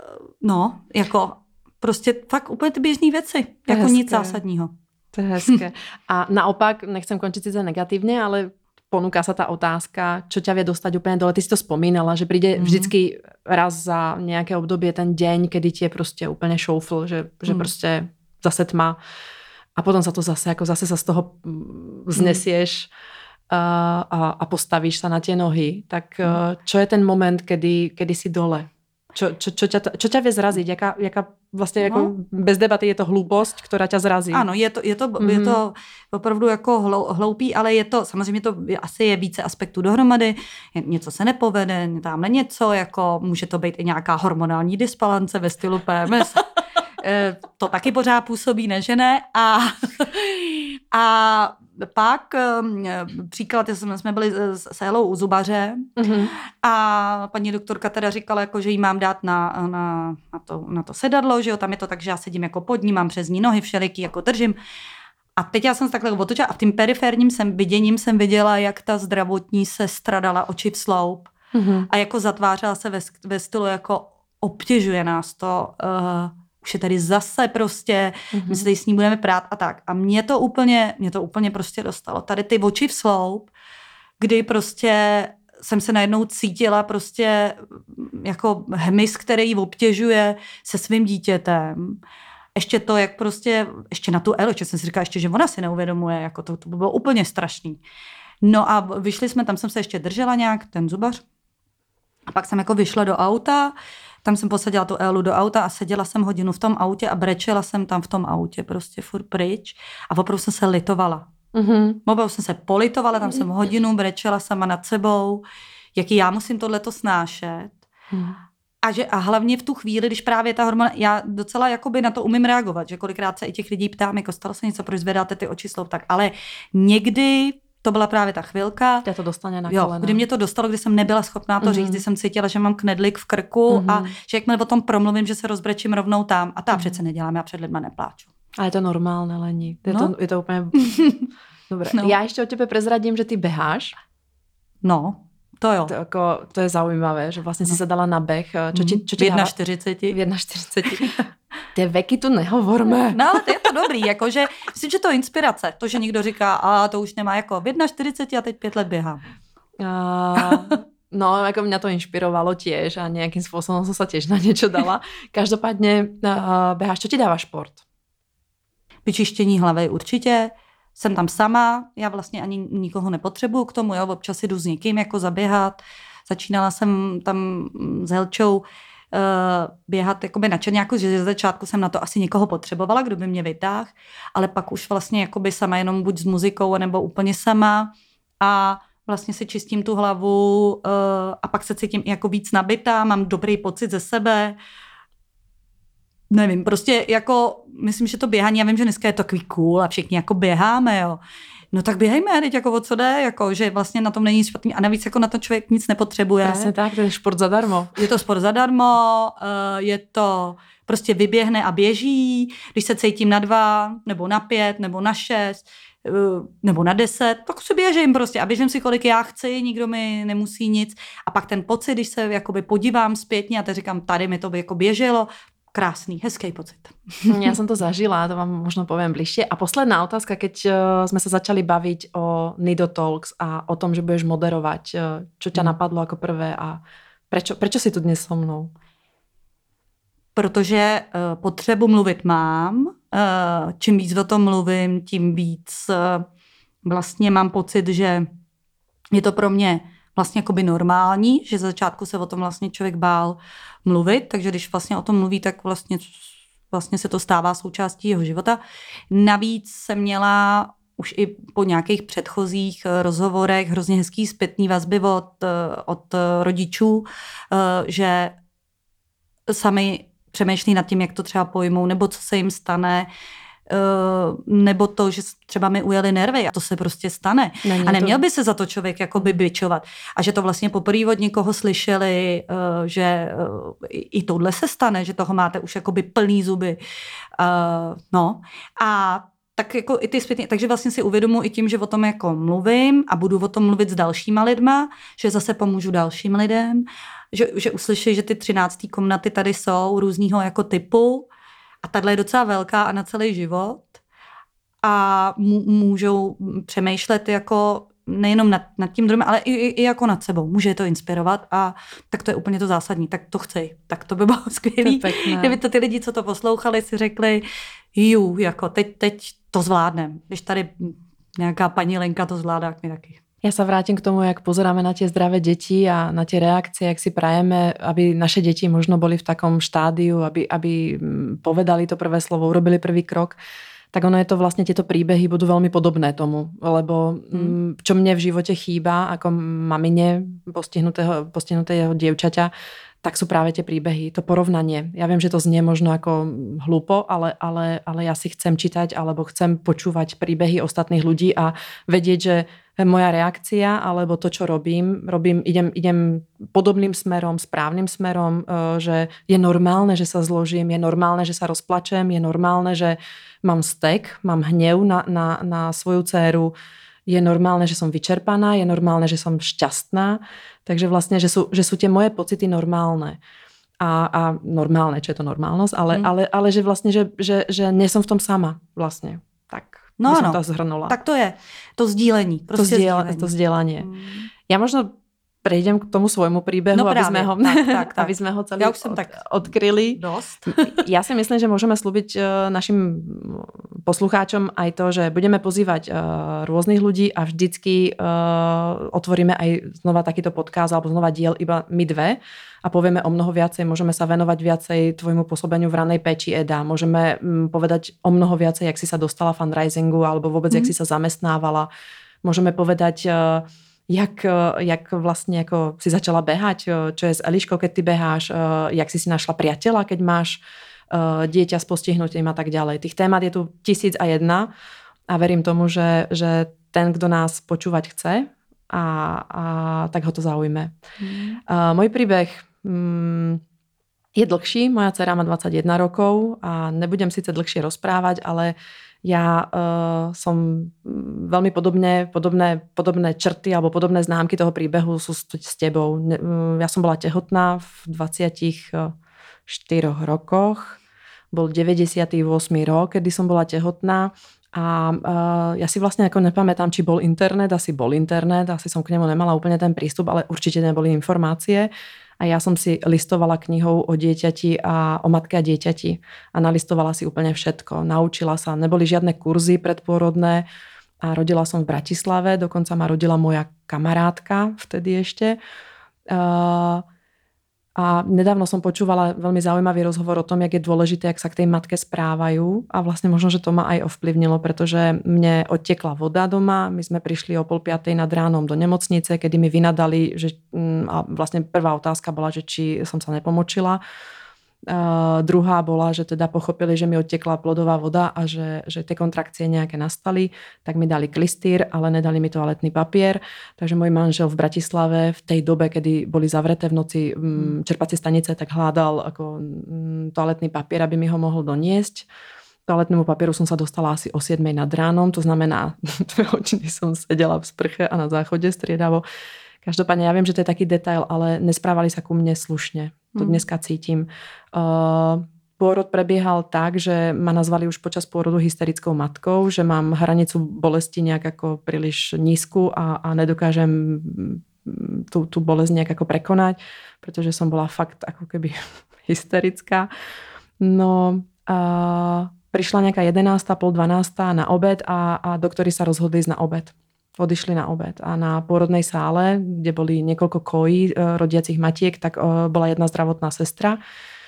fakt úplně ty běžné věci, jako hezké. Nic zásadního. To je hezké. A naopak, nechcem končiť sice negatívne, ale ponúka sa tá otázka, čo ťa vie dostať úplne dole. Ty si to spomínala, že príde vždycky raz za nejaké obdobie ten deň, kedy ti je proste úplne šoufl, že proste zase tma. A potom sa to zase sa z toho znesieš a postavíš sa na tie nohy. Tak čo je ten moment, kedy si dole? Čo ťa vie zraziť? Jaká vlastně jako bez debaty je to hloupost, která tě zrazí. Ano, je to opravdu jako hloupý, ale je to, samozřejmě to asi je více aspektů dohromady. Něco se nepovede, tamhle něco, jako může to být i nějaká hormonální disbalance ve stylu PMS. To taky pořád působí, ne, že ne? A pak příklad, jsme byli s Elou u zubaře a paní doktorka teda říkala, jako, že jí mám dát na to sedadlo, že jo, tam je to tak, že já sedím jako pod ní, mám přes ní nohy všeliký, jako držím. A teď já jsem se takhle otočila a v tím periferním viděním jsem viděla, jak ta zdravotní sestra dala oči v sloup a jako zatvářela se ve stylu, jako obtěžuje nás to, už je tady zase prostě, my se tady s ní budeme prát a tak. A mě to úplně prostě dostalo. Tady ty oči v sloup, kdy prostě jsem se najednou cítila prostě jako hmyz, který ji obtěžuje se svým dítětem. Ještě to, jak prostě, ještě na tu Elu, jsem si říkala ještě, že ona si neuvědomuje, jako to by bylo úplně strašný. No a vyšli jsme, tam jsem se ještě držela nějak, ten zubař. A pak jsem jako vyšla do auta, tam jsem posadila tu Elu do auta a seděla jsem hodinu v tom autě a brečela jsem tam v tom autě prostě furt pryč a opravdu jsem se litovala. Opravdu jsem se politovala, tam jsem hodinu brečela sama nad sebou, jaký já musím tohleto snášet. A hlavně v tu chvíli, když právě ta hormona, já docela jakoby na to umím reagovat, že kolikrát se i těch lidí ptám, jako stalo se něco, proč zvedáte ty oči sloup, tak, ale někdy to byla právě ta chvilka, to dostane na kolena. Kdy mě to dostalo, kdy jsem nebyla schopná to říct, kdy jsem cítila, že mám knedlik v krku a že jakmile o tom promluvím, že se rozbrečím rovnou tam a ta přece nedělám, já před lidma nepláču. A je to normálne, Lení. Je to úplně... Dobre. No. Já ještě o tebe prezradím, že ty beháš. No, to jo. To je zaujímavé, že vlastne si sa dala na beh. Čo ti v 41. V 41. Tie veky tu nehovorme. No ale to je to dobrý, jakože myslím, že to je inspirace. To, že někdo říká, a to už nemá jako v 41 a teď 5 let běhám. No, ako mňa to inšpirovalo tiež a nejakým spôsobom som sa tiež na niečo dala. Každopádne beháš, čo ti dáva šport? Vyčištění hlavy určitě. Jsem tam sama, já vlastně ani nikoho nepotřebuju k tomu, já občas jdu s někým jako zaběhat. Začínala jsem tam s Helčou běhat jakoby na čerňáku, že ze začátku jsem na to asi někoho potřebovala, kdo by mě vytáhl, ale pak už vlastně jakoby sama jenom buď s muzikou, nebo úplně sama a vlastně si čistím tu hlavu a pak se cítím jako víc nabitá, mám dobrý pocit ze sebe. Nevím, prostě jako myslím, že to běhání, já vím, že dneska je to takový cool a všichni jako běháme, jo. No tak běhejme, teď jako o co jde, jako, že vlastně na tom není nic špatný a navíc jako na to člověk nic nepotřebuje. Presne tak, to je šport zadarmo. Je to sport zadarmo, je to prostě vyběhne a běží, když se cítím na 2, nebo na 5, nebo na 6, nebo na 10, tak si běžím prostě a běžím si, kolik já chci, nikdo mi nemusí nic. A pak ten pocit, když se jakoby podívám zpětně a teď říkám, tady mi to by jako běželo, krásný, hezký pocit. Ja som to zažila, to vám možno poviem bližšie. A posledná otázka, keď sme sa začali baviť o Nido Talks a o tom, že budeš moderovať, čo ťa napadlo ako prvé a prečo si tu dnes so mnou? Protože potřebu mluvit mám. Čím víc o tom mluvím, tím víc vlastně mám pocit, že je to pro mě vlastně jakoby normální, že za začátku se o tom vlastně člověk bál mluvit, takže když vlastně o tom mluví, tak vlastně se to stává součástí jeho života. Navíc jsem měla už i po nějakých předchozích rozhovorech hrozně hezký zpětný vazby od rodičů, že sami přemýšlí nad tím, jak to třeba pojmou, nebo co se jim stane, nebo to, že třeba mi ujeli nervy a to se prostě stane. A neměl by se za to člověk jakoby bičovat. A že to vlastně poprvé od někoho slyšeli, že i tohle se stane, že toho máte už jakoby plný zuby. No. A tak jako i ty zpětně, takže vlastně si uvědomuji i tím, že o tom jako mluvím a budu o tom mluvit s dalšíma lidma, že zase pomůžu dalším lidem, že uslyší, že ty 13. komnaty tady jsou různýho jako typu a tahle je docela velká a na celý život a můžou přemýšlet jako nejenom nad tím druhým, ale i jako nad sebou. Může je to inspirovat a tak to je úplně to zásadní. Tak to chci. Tak to by bylo skvělý. Kdyby to ty lidi, co to poslouchali, si řekli, jako teď to zvládnem. Když tady nějaká paní Lenka to zvládá, tak mi taky. Ja sa vrátim k tomu, jak pozeráme na tie zdravé deti a na tie reakcie, jak si prajeme, aby naše deti možno boli v takom štádiu, aby povedali to prvé slovo, urobili prvý krok. Tak ono je to vlastne, tieto príbehy budú veľmi podobné tomu, lebo čo mne v živote chýba ako mamine postihnutého dievčaťa, tak sú práve tie príbehy, to porovnanie. Ja viem, že to znie možno ako hlúpo, ale ja si chcem čítať alebo chcem počúvať príbehy ostatných ľudí a vedieť, že moja reakcia alebo to, čo robím, idem podobným smerom, správnym smerom, že je normálne, že sa zložím, je normálne, že sa rozplačem, je normálne, že mám stek, mám hnev na svoju dcéru, je normálne, že som vyčerpaná, je normálne, že som šťastná, takže vlastne, že sú tie moje pocity normálne. A normálne, čo je to normálnosť, ale že vlastne, že nie som v tom sama vlastne. Tak by som to zhrnula. Tak to je to sdílení. To sdielanie. Ja možno prejdem k tomu svojmu príbehu, aby sme ho celý odkryli. Dost. Ja si myslím, že môžeme slúbiť našim poslucháčom aj to, že budeme pozývať rôznych ľudí a vždycky otvoríme aj znova takýto podcast alebo znova diel iba my dve a povieme o mnoho viacej. Môžeme sa venovať viacej tvojmu pôsobeniu v ranej péči EDA. Môžeme povedať o mnoho viacej, jak si sa dostala fundraisingu alebo vôbec, jak si sa zamestnávala. Môžeme povedať jak vlastne ako si začala behať, čo je s Eliškou, keď ty beháš, jak si našla priateľa, keď máš dieťa s postihnutím a tak ďalej. Tých témat je tu 1001 a verím tomu, že ten, kto nás počúvať chce a tak ho to zaujme. Môj príbeh je dlhší, moja dcera má 21 rokov a nebudem síce dlhšie rozprávať, ale Ja som veľmi podobné črty alebo podobné známky toho príbehu sú s tebou. Ja som bola tehotná v 24 rokoch. Bol 98. rok, kedy som bola tehotná. A ja si vlastne ako nepamätám, či bol internet. Asi bol internet, asi som k nemu nemala úplne ten prístup, ale určite neboli informácie. A ja som si listovala knihou o dieťati a o matke a dieťati. A nalistovala si úplne všetko. Naučila sa, neboli žiadne kurzy predpôrodné. A rodila som v Bratislave, dokonca ma rodila moja kamarátka vtedy ešte. A nedávno som počúvala veľmi zaujímavý rozhovor o tom, jak je dôležité, jak sa k tej matke správajú. A vlastne možno, že to ma aj ovplyvnilo, pretože mne odtekla voda doma. My sme prišli o 4:30 nad ránom do nemocnice, kedy mi vynadali, že a vlastne prvá otázka bola, že či som sa nepomočila. Druhá bola, že teda pochopili, že mi odtekla plodová voda a že tie kontrakcie nejaké nastali, tak mi dali klystýr, ale nedali mi toaletný papier. Takže môj manžel v Bratislave v tej dobe, kedy boli zavreté v noci čerpacie stanice, tak hľadal ako toaletný papier, aby mi ho mohol doniesť. Toaletnému papieru som sa dostala asi o 7 nad ránom, to znamená 2 hodiny som sedela v sprche a na záchode striedavo. Každopádne ja viem, že to je taký detail, ale nesprávali sa ku mne slušne. To dneska cítim. Pôrod prebiehal tak, že ma nazvali už počas pôrodu hysterickou matkou, že mám hranicu bolesti nejak ako príliš nízku a nedokážem tú bolesť nejak ako prekonať, pretože som bola fakt ako keby hysterická. No prišla nejaká 11, pol 12 na obed a doktori sa rozhodli ísť na obed. Odišli na obed a na pôrodnej sále, kde boli niekoľko kojí rodiacich matiek, tak bola jedna zdravotná sestra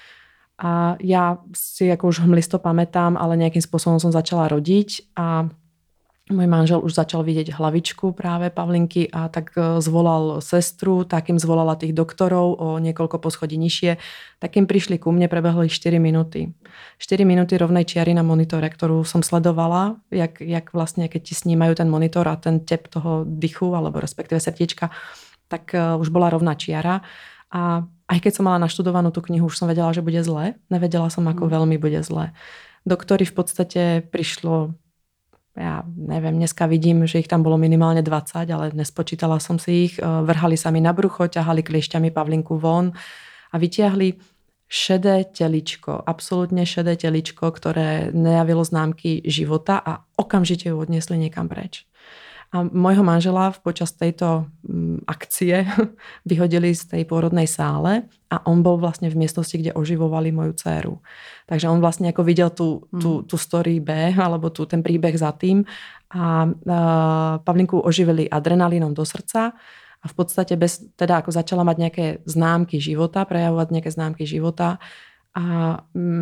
a ja si ako už hmlisto pamätám, ale nejakým spôsobom som začala rodiť a môj manžel už začal vidieť hlavičku práve Pavlinky a tak zvolal sestru, takým zvolala tých doktorov o niekoľko poschodí nižšie, takým prišli ku mne, prebehli 4 minúty. 4 minúty rovnej čiary na monitore, ktorú som sledovala, jak vlastne, keď ti snímajú ten monitor a ten tep toho dychu, alebo respektíve srdiečka, tak už bola rovná čiara. A aj keď som mala naštudovanú tú knihu, už som vedela, že bude zle. Nevedela som, ako veľmi bude zle. Doktori v podstate prišlo, ja neviem, dneska vidím, že ich tam bolo minimálne 20, ale nespočítala som si ich. Vrhali sa mi na brucho, ťahali kliešťami Pavlinku von a vytiahli šedé teličko, absolútne šedé teličko, ktoré nejavilo známky života a okamžite ju odniesli niekam preč. A môjho manžela počas tejto akcie vyhodili z tej pôrodnej sále a on bol vlastne v miestnosti, kde oživovali moju dcéru. Takže on vlastne ako videl tú story B, alebo ten príbeh za tým a Pavlinku oživili adrenalínom do srdca a v podstate teda ako začala mať nejaké známky života, prejavovať nejaké známky života a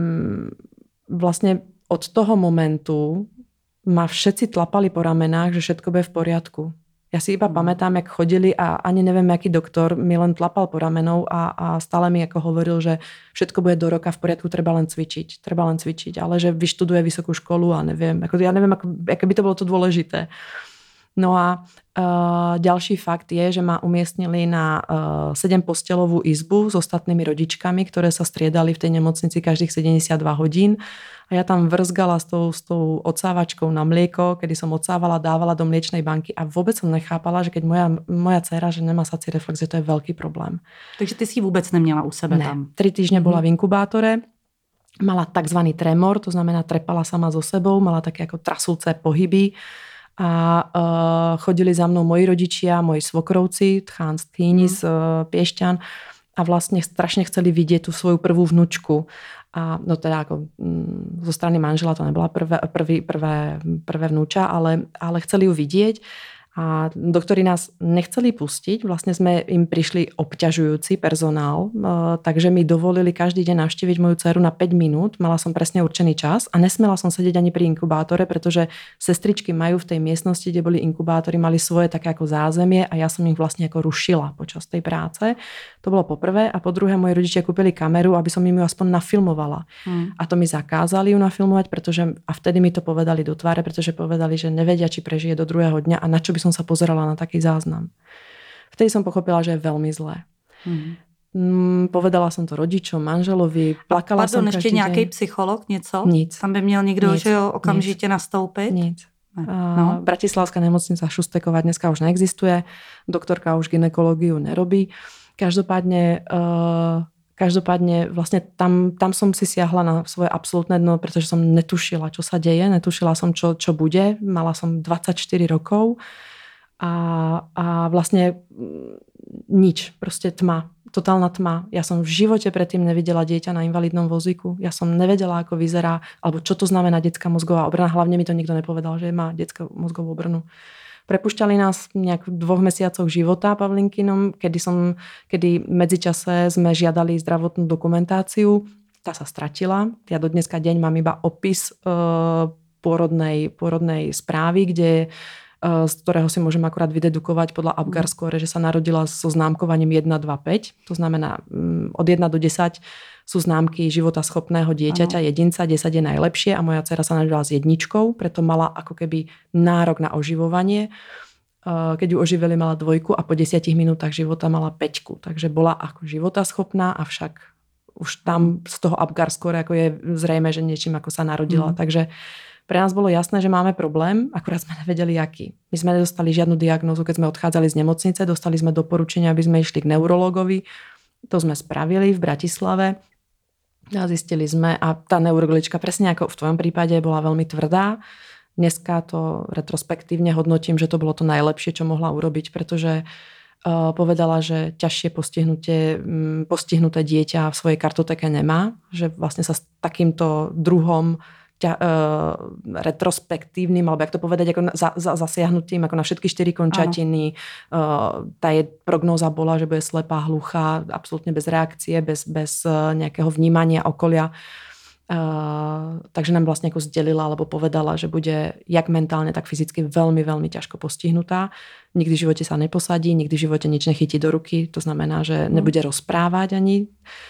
vlastne od toho momentu ma všetci tlapali po ramenách, že všetko bude v poriadku. Ja si iba pamätám, jak chodili a ani neviem, aký doktor mi len tlapal po ramenou a stále mi ako hovoril, že všetko bude do roka v poriadku, treba len cvičiť, ale že vyštuduje vysokú školu a neviem, ja neviem, aké by to bolo to dôležité. No a ďalší fakt je, že ma umiestnili na 7-postelovú izbu s ostatnými rodičkami, ktoré sa striedali v tej nemocnici každých 72 hodín. A ja tam vrzgala s tou odsávačkou na mlieko, kedy som odsávala, dávala do mliečnej banky a vôbec som nechápala, že keď moja dcéra, že nemá sací reflex, že to je veľký problém. Takže ty si vôbec neměla u sebe tam? 3 týždne bola v inkubátore. Mala takzvaný tremor, to znamená trepala sama so sebou, mala také ako trasúce pohyby. A chodili za mnou moji rodičia, moji svokrovci, tchán z Týni, z Piešťan a vlastne strašne chceli vidieť tú svoju prvú vnučku. A no teda ako zo strany manžela to nebola prvé vnúča, ale chceli ju vidieť. A doktori nás nechceli pustiť, vlastne sme im prišli obťažujúci personál, takže mi dovolili každý deň navštíviť moju dceru na 5 minút, mala som presne určený čas a nesmela som sedieť ani pri inkubátore, pretože sestričky majú v tej miestnosti, kde boli inkubátory, mali svoje také ako zázemie a ja som ich vlastne ako rušila počas tej práce. To bolo po prvé a po druhé moji rodičia kúpili kameru, aby som im ju aspoň nafilmovala. A to mi zakázali ju nafilmovať, a vtedy mi to povedali do tváre, pretože povedali, že nevedia, či prežije do druhého dňa a na čo by som sa pozerala na taký záznam. Vtedy som pochopila, že je veľmi zlé. Povedala som to rodičom, manželovi, plakala som každý ještě nějaký deň. psycholog, něco? Nic. Tam by měl někdo, Nic. že jo, okamžitě Nic. nastoupit? Nic. No. Bratislavská nemocnica Šusteková dneska už neexistuje, doktorka už gynekológiu nerobí. Každopádne vlastne tam som si siahla na svoje absolútne dno, pretože som netušila, čo sa deje, netušila som, čo bude. Mala som 24 rokov a vlastne nič, proste tma, totálna tma. Ja som v živote predtým nevidela dieťa na invalidnom vozíku. Ja som nevedela, ako vyzerá, alebo čo to znamená detská mozgová obrna. Hlavne mi to nikto nepovedal, že má detská mozgovú obrnu. Prepušťali nás nejak v 2 mesiacoch života Pavlinkinom, kedy medzičase sme žiadali zdravotnú dokumentáciu. Tá sa stratila. Ja do dneska deň mám iba opis pôrodnej správy, z ktorého si môžem akurát vydedukovať podľa Apgar Score, že sa narodila so známkovaním 1, 2, 5. To znamená, od 1 do 10 sú známky životaschopného dieťaťa, jedinca, 10 je najlepšie a moja dcera sa narodila s 1, preto mala ako keby nárok na oživovanie. Keď ju oživili, mala 2 a po 10 minútach života mala 5. Takže bola ako životaschopná, avšak už tam z toho Apgar Score ako je zrejme, že niečím ako sa narodila. Takže pre nás bolo jasné, že máme problém, akurát sme nevedeli, aký. My sme nedostali žiadnu diagnózu, keď sme odchádzali z nemocnice, dostali sme doporučenia, aby sme išli k neurologovi. To sme spravili v Bratislave. A zistili sme, a tá neurologička presne ako v tvojom prípade bola veľmi tvrdá. Dneska to retrospektívne hodnotím, že to bolo to najlepšie, čo mohla urobiť, pretože povedala, že ťažšie postihnuté dieťa v svojej kartoteke nemá, že vlastne sa s takýmto druhom retrospektívnym, alebo jak to povedať, ako zasiahnutím ako na všetky 4 končatiny. Tá je prognóza bola, že bude slepá, hluchá, absolútne bez reakcie, bez nejakého vnímania okolia. Takže nám vlastne ako zdelila, alebo povedala, že bude jak mentálne, tak fyzicky veľmi, veľmi ťažko postihnutá. Nikdy v živote sa neposadí, nikdy v živote nič nechytí do ruky. To znamená, že nebude rozprávať ani.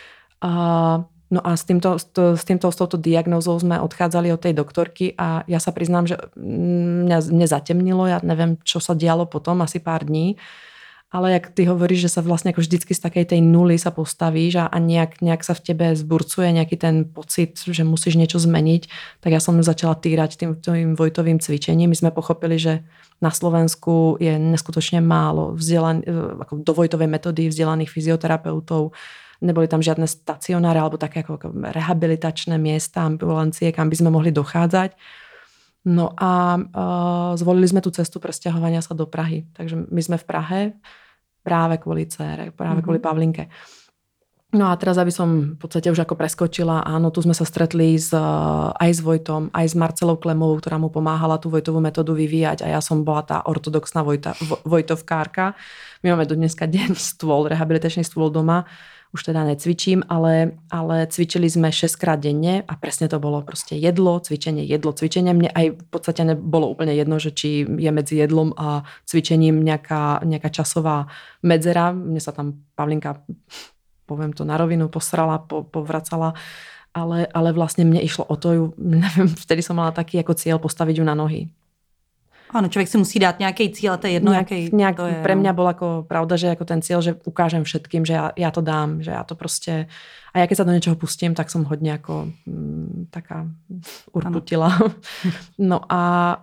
No a s touto diagnózou sme odchádzali od tej doktorky a ja sa priznám, že mne zatemnilo, ja neviem, čo sa dialo potom, asi pár dní, ale jak ty hovoríš, že sa vlastne ako vždycky z takej tej nuly sa postavíš a nejak sa v tebe zburcuje nejaký ten pocit, že musíš niečo zmeniť, tak ja som začala týrať tým Vojtovým cvičením. My sme pochopili, že na Slovensku je neskutočne málo ako do Vojtovej metódy vzdelaných fyzioterapeutov. Neboli tam žiadne stacionáre alebo také ako rehabilitačné miesta, ambulancie, kam by sme mohli dochádzať. No a zvolili sme tú cestu presťahovania sa do Prahy. Takže my sme v Prahe práve kvôli dcére, práve kvôli Pavlinke. No a teraz, aby som v podstate už ako preskočila, áno, tu sme sa stretli aj s Vojtom, aj s Marcelou Klemovou, ktorá mu pomáhala tú Vojtovú metódu vyvíjať a ja som bola tá ortodoxná Vojtovkárka. My máme do dneska deň rehabilitačný stôl doma. Už teda necvičím, ale cvičili sme 6-krát denne a presne to bolo proste jedlo, cvičenie. Mne aj v podstate nebolo úplne jedno, že či je medzi jedlom a cvičením nejaká časová medzera. Mne sa tam Pavlinka, poviem to na rovinu, posrala, povracala, ale vlastne mne išlo o to, neviem, vtedy som mala taký ako cieľ postaviť ju na nohy. Áno, človek si musí dať nejaký cieľ, to je jedno, nejak to je. Pre mňa bol ako pravda, že ako ten cieľ, že ukážem všetkým, že ja to dám, že ja to proste... A ja keď sa do niečoho pustím, tak som hodne ako taká urputila. No a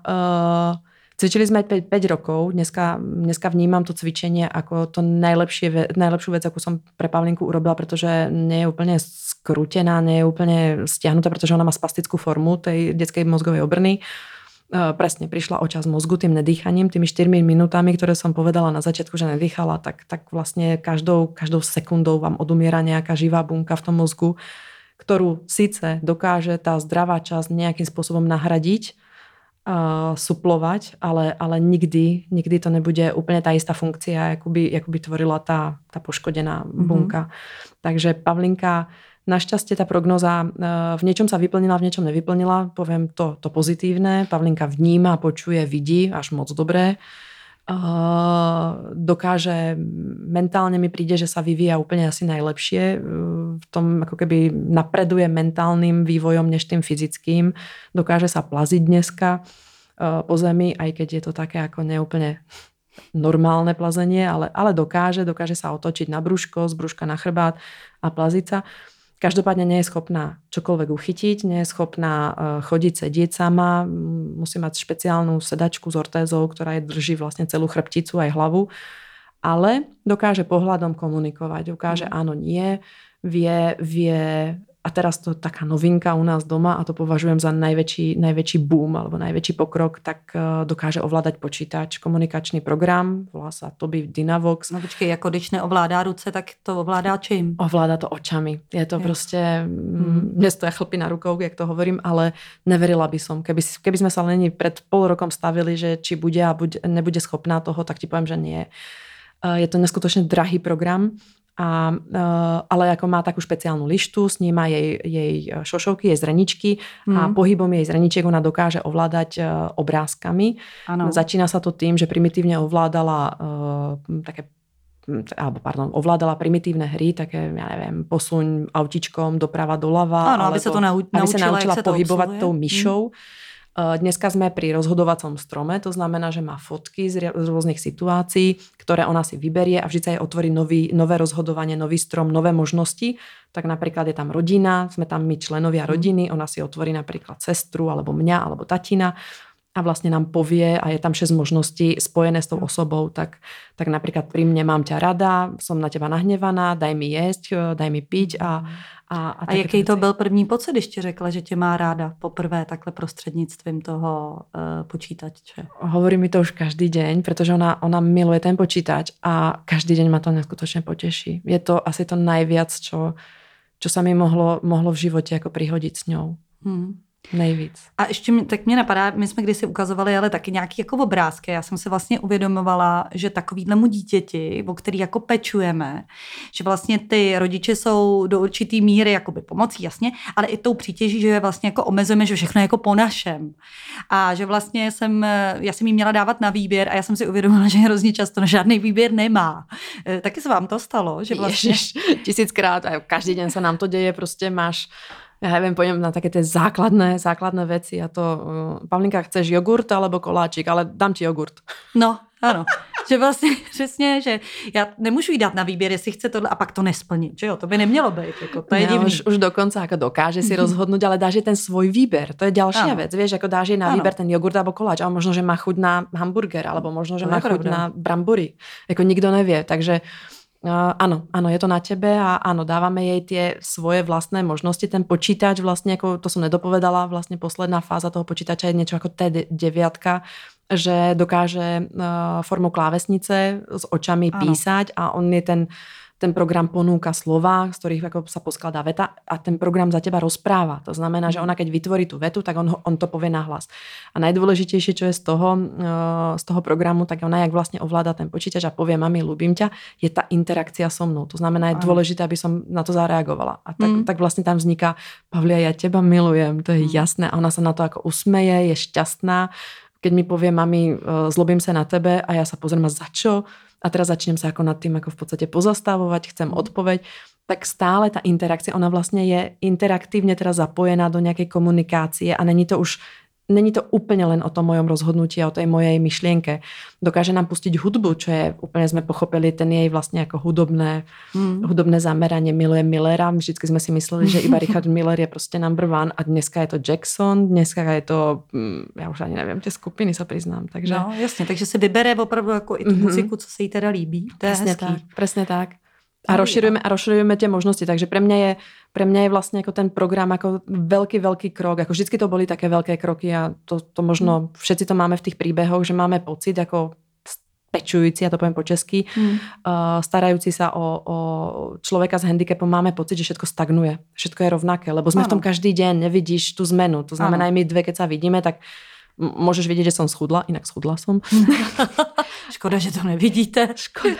cvičili sme 5 rokov. Dneska vnímam to cvičenie ako to najlepšiu vec, akú som pre Pavlinku urobila, pretože nie je úplne skrútená, nie je úplne stiahnutá, pretože ona má spastickú formu tej detskej mozgovej obrny. Presne prišla o časť mozgu tým nedýchaním, tými 4 minútami, ktoré som povedala na začiatku, že nedýchala, tak vlastne každou sekundou vám odumiera nejaká živá bunka v tom mozgu, ktorú síce dokáže tá zdravá časť nejakým spôsobom nahradiť, suplovať, ale nikdy to nebude úplne tá istá funkcia, ako by tvorila tá poškodená bunka. Takže Pavlinka, našťastie tá prognóza v niečom sa vyplnila, v niečom nevyplnila. Poviem to pozitívne. Pavlinka vníma, počuje, vidí až moc dobre. Dokáže, mentálne mi príde, že sa vyvíja úplne asi najlepšie. V tom ako keby napreduje mentálnym vývojom než tým fyzickým. Dokáže sa plaziť dneska po zemi, aj keď je to také ako neúplne normálne plazenie, ale dokáže sa otočiť na brúško, z brúška na chrbát a plaziť sa. Každopádne nie je schopná čokoľvek uchytiť, nie je schopná chodiť, sedieť sama, musí mať špeciálnu sedačku s ortézou, ktorá jej drží vlastne celú chrbticu aj hlavu, ale dokáže pohľadom komunikovať, dokáže áno, nie, vie a teraz to je taká novinka u nás doma a to považujem za najväčší boom alebo najväčší pokrok, tak dokáže ovládať počítač, komunikačný program, volá sa Tobii Dynavox. No počkej, jako když neovládá ruce, tak to ovládá čím? Ovládá to očami. Je to proste, mne stoja chlpy na rukou, jak to hovorím, ale neverila by som. Keby sme sa len pred pol rokom stavili, že či bude a nebude schopná toho, tak ti poviem, že nie. Je to neskutočne drahý program, ale ako má takú špeciálnu lištu, sníma jej šošovky, jej zreničky a pohybom jej zreničiek ona dokáže ovládať obrázkami. Ano. Začína sa to tým, že primitívne ovládala primitívne hry, také, ja neviem, posuň autičkom doprava doľava. Áno, aby sa naučila pohybovať tou myšou. Dneska sme pri rozhodovacom strome, to znamená, že má fotky z rôznych situácií, ktoré ona si vyberie a vždy sa jej otvorí nové rozhodovanie, nový strom, nové možnosti. Tak napríklad je tam rodina, sme tam my členovia rodiny, ona si otvorí napríklad sestru, alebo mňa, alebo tatina a vlastne nám povie a je tam 6 možností spojené s tou osobou. Tak napríklad pri mne mám ťa rada, som na teba nahnevaná, daj mi jesť, daj mi piť a jaký to byl první pocit, když ti řekla, že tě má ráda poprvé takhle prostřednictvím toho počítače? Hovorí mi to už každý deň, pretože ona miluje ten počítač a každý deň ma to neskutočne poteší. Je to asi to najviac, čo sa mi mohlo v živote ako prihodiť s ňou. Nejvíc. A ještě mě napadá, my jsme kdysi ukazovali ale taky nějaký jako obrázky. Já jsem se vlastně uvědomovala, že takovýhlemu dítěti, o který jako pečujeme, že vlastně ty rodiče jsou do určitý míry jakoby pomocí, jasně, ale i tou přítěží, že vlastně jako omezujeme, že všechno je jako po našem. A že vlastně já jsem jí měla dávat na výběr a já jsem si uvědomila, že hrozně často na žádný výběr nemá. Taky se vám to stalo? Že vlastně... Ježiš, 1000krát a každý deň sa nám to deje, proste máš ja neviem, poďme na také tie základné veci a to, Pavlinka, chceš jogurt alebo koláčik, ale dám ti jogurt. No, ano. Že vlastně přesně, že já nemůžu jí dát na výběr, jestli chce tohle a pak to nesplnit, že jo, to by nemělo být, jako, to je divný. Už dokonca ako dokáže si rozhodnúť, ale dáš jej ten svoj výber, to je ďalšia vec, vieš, ako dáš jej na výber ten jogurt alebo koláč, ale možno, že má chuť na hamburger, alebo možno, že má chuť na brambory, ako nikto nevie, takže áno, je to na tebe a áno, dávame jej tie svoje vlastné možnosti. Ten počítač vlastne, ako to som nedopovedala, vlastne posledná fáza toho počítača je niečo ako T9, že dokáže formou klávesnice s očami písať a on je ten program ponúka slova, z ktorých ako sa poskladá veta a ten program za teba rozpráva. To znamená, že ona keď vytvorí tú vetu, tak on to povie nahlas. A najdôležitejšie, čo je z toho programu, tak ona jak vlastne ovláda ten počítač a povie mami, ľúbim ťa, je tá interakcia so mnou. To znamená, je dôležité, aby som na to zareagovala. A tak vlastne tam vzniká, Pavlia, ja teba milujem, to je jasné. A ona sa na to ako usmeje, je šťastná. Keď mi povie, mami, zlobím sa na tebe a ja sa pozriem, za čo? A teraz začnem sa ako nad tým ako v podstate pozastavovať, chcem odpoveď, tak stále tá interakcia, ona vlastne je interaktívne teraz zapojená do nejakej komunikácie a není to úplne len o tom mojom rozhodnutí a o tej mojej myšlienke. Dokáže nám pustiť hudbu, čo je úplne sme pochopili ten jej vlastne ako hudobné zameranie. Miluje Millera. Vždycky sme si mysleli, že iba Richard Miller je proste number one a dneska je to Jackson, dneska je to, ja už ani neviem, tie skupiny sa priznám. Takže... No jasne, takže si vybere opravdu jako i tu muziku, co se jí teda líbí. To je hezký. Presne tak. A rozširujeme tie možnosti, takže pre mňa je vlastne ako ten program ako veľký krok. Ako vždycky to boli také veľké kroky a to možno všetci to máme v tých príbehoch, že máme pocit ako pečujúci, ja to poviem po česky, starajúci sa o človeka s handicapom, máme pocit, že všetko stagnuje. Všetko je rovnaké, lebo sme v tom každý deň, nevidíš tú zmenu. To znamená, aj my dve, keď sa vidíme, tak môžeš vidieť, že som schudla, inak schudla som. Škoda, že to nevidíte. Škoda.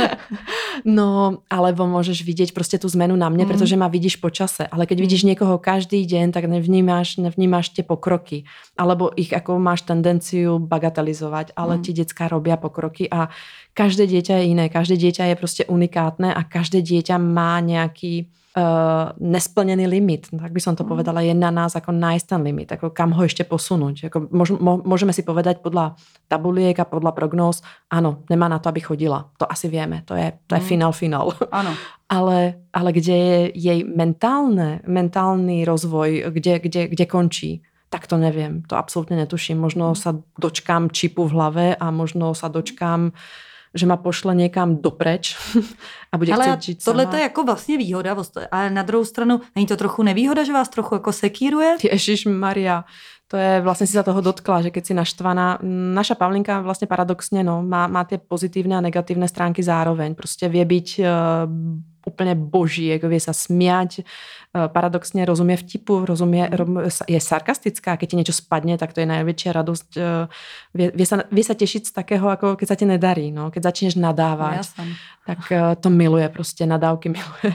No, alebo môžeš vidieť proste tú zmenu na mne, pretože ma vidíš po čase. Ale keď vidíš niekoho každý deň, tak nevnímáš tie pokroky. Alebo ich ako máš tendenciu bagatelizovať. Ale ti decká robia pokroky a každé dieťa je iné. Každé dieťa je proste unikátne a každé dieťa má nejaký nesplnený limit, tak by som to povedala, je na nás ako nájsť ten limit, ako kam ho ešte posunúť. Ako môžeme si povedať podľa tabuliek a podľa prognóz, áno, nemá na to, aby chodila. To asi vieme, to je finál. Áno. Ale kde je jej mentálny rozvoj, kde končí, tak to neviem. To absolútne netuším. Možno sa dočkám čipu v hlave a možno sa dočkám, že ma pošle někam dopreč a bude chcet žít sama. Ale tohle je jako vlastně výhoda, ale na druhou stranu není to trochu nevýhoda, že vás trochu jako sekíruje? Ježišmaria, to je, vlastně si sa toho dotkla, že keď si naštvaná, naša Pavlinka vlastně paradoxně, má tie pozitívne a negatívne stránky zároveň. Prostě vie byť úplne boží, jako vie sa smiať, paradoxně rozumie vtipu, je sarkastická, keď ti niečo spadne, tak to je najväčšia radosť. Vie sa tešiť z takého, ako keď sa ti nedarí, no, keď začneš nadávať, tak to miluje, prostě nadávky miluje.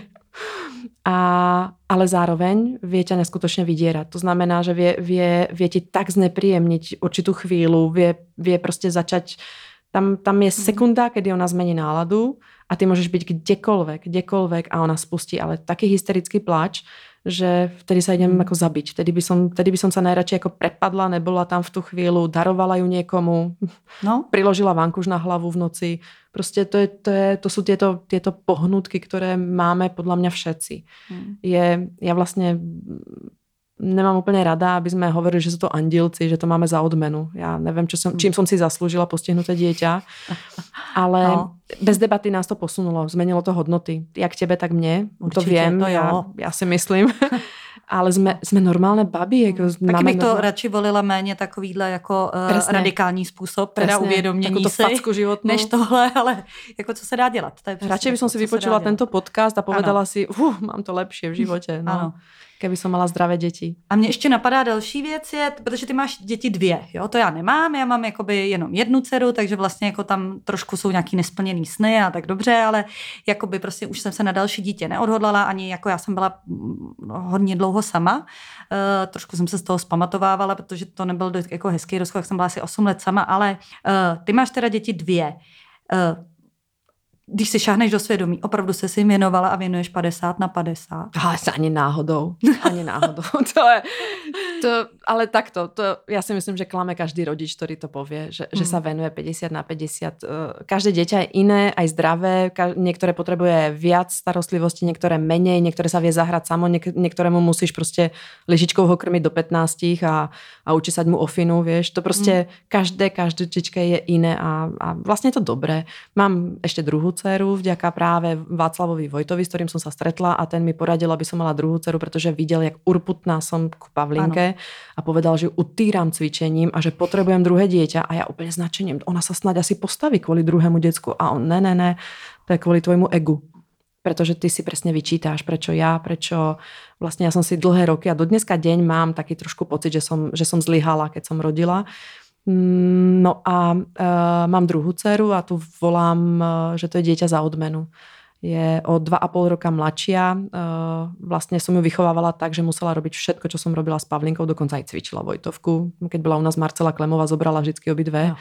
Ale zároveň vie ťa neskutočne vydierať. To znamená, že vie ti tak znepríjemniť určitú chvíľu, vie prostě začať. Tam je sekunda, kedy ona zmení náladu a ty môžeš byť kdekoľvek a ona spustí, ale taký hysterický pláč, že vtedy sa idem ako zabiť. Vtedy by som sa najradšej ako prepadla, nebola tam v tú chvíľu, darovala ju niekomu, priložila vankuš na hlavu v noci. Prostě to sú tieto pohnutky, ktoré máme podľa mňa všetci. Ja vlastne nemám úplne rada, aby sme hovorili, že sú to andílci, že to máme za odmenu. Ja neviem, čím som si zaslúžila postihnuté dieťa, ale bez debaty nás to posunulo, zmenilo to hodnoty. Jak tebe, tak mne. Určite, to viem, ja si myslím. Ale jsme normálné babi. Taky bych to radši volila méně takovýhle jako radikální způsob, teda uvědomění si, než tohle, ale jako co se dá dělat. Radši by som si vypočula tento podcast a povedala si, mám to lepšie v životě. No. Ano. Keby som mala zdravé děti. A mně ještě napadá další věc, protože ty máš děti 2, jo? To já nemám, já mám jakoby jenom 1 dceru, takže vlastně jako tam trošku jsou nějaký nesplněný sny a tak dobře, ale jakoby prostě už jsem se na další dítě neodhodlala, ani jako já jsem byla hodně dlouho sama. Trošku jsem se z toho zpamatovávala, protože to nebyl jako hezký rozchod, jak jsem byla asi 8 let sama, ale ty máš teda děti 2. Když si šáhneš do svědomí, opravdu se si jim věnovala a věnuješ 50/50? Ani náhodou. Ale takto, ja si myslím, že klame každý rodič, ktorý to povie, že sa venuje 50/50. Každé dieťa je iné, aj zdravé, niektoré potrebuje viac starostlivosti, niektoré menej, niektoré sa vie zahrať samo, niektorému musíš proste lyžičkou ho krmiť do 15 a učesať mu ofinu, vieš. To proste každé detičke je iné a vlastne je to dobré. Mám ešte druhú dceru, vďaka práve Václavovi Vojtovi, s ktorým som sa stretla a ten mi poradil, aby som mala druhú dceru, pretože videl, jak urputná som k Pavlinke a povedal, že ju utýram cvičením a že potrebujem druhé dieťa a ja úplne značením. Ona sa snáď asi postaví kvôli druhému decku a on ne, to je kvôli tvojmu egu. Pretože ty si presne vyčítáš, prečo vlastne ja som si dlhé roky a do dneska deň mám taký trošku pocit, že som zlyhala, keď som rodila. No a mám druhú dceru a tu volám, že to je dieťa za odmenu. Je o 2,5 roka mladšia. Vlastne som ju vychovávala tak, že musela robiť všetko, čo som robila s Pavlinkou, dokonca aj cvičila Vojtovku. Keď bola u nás Marcela Klemová, zobrala vždycky obidve.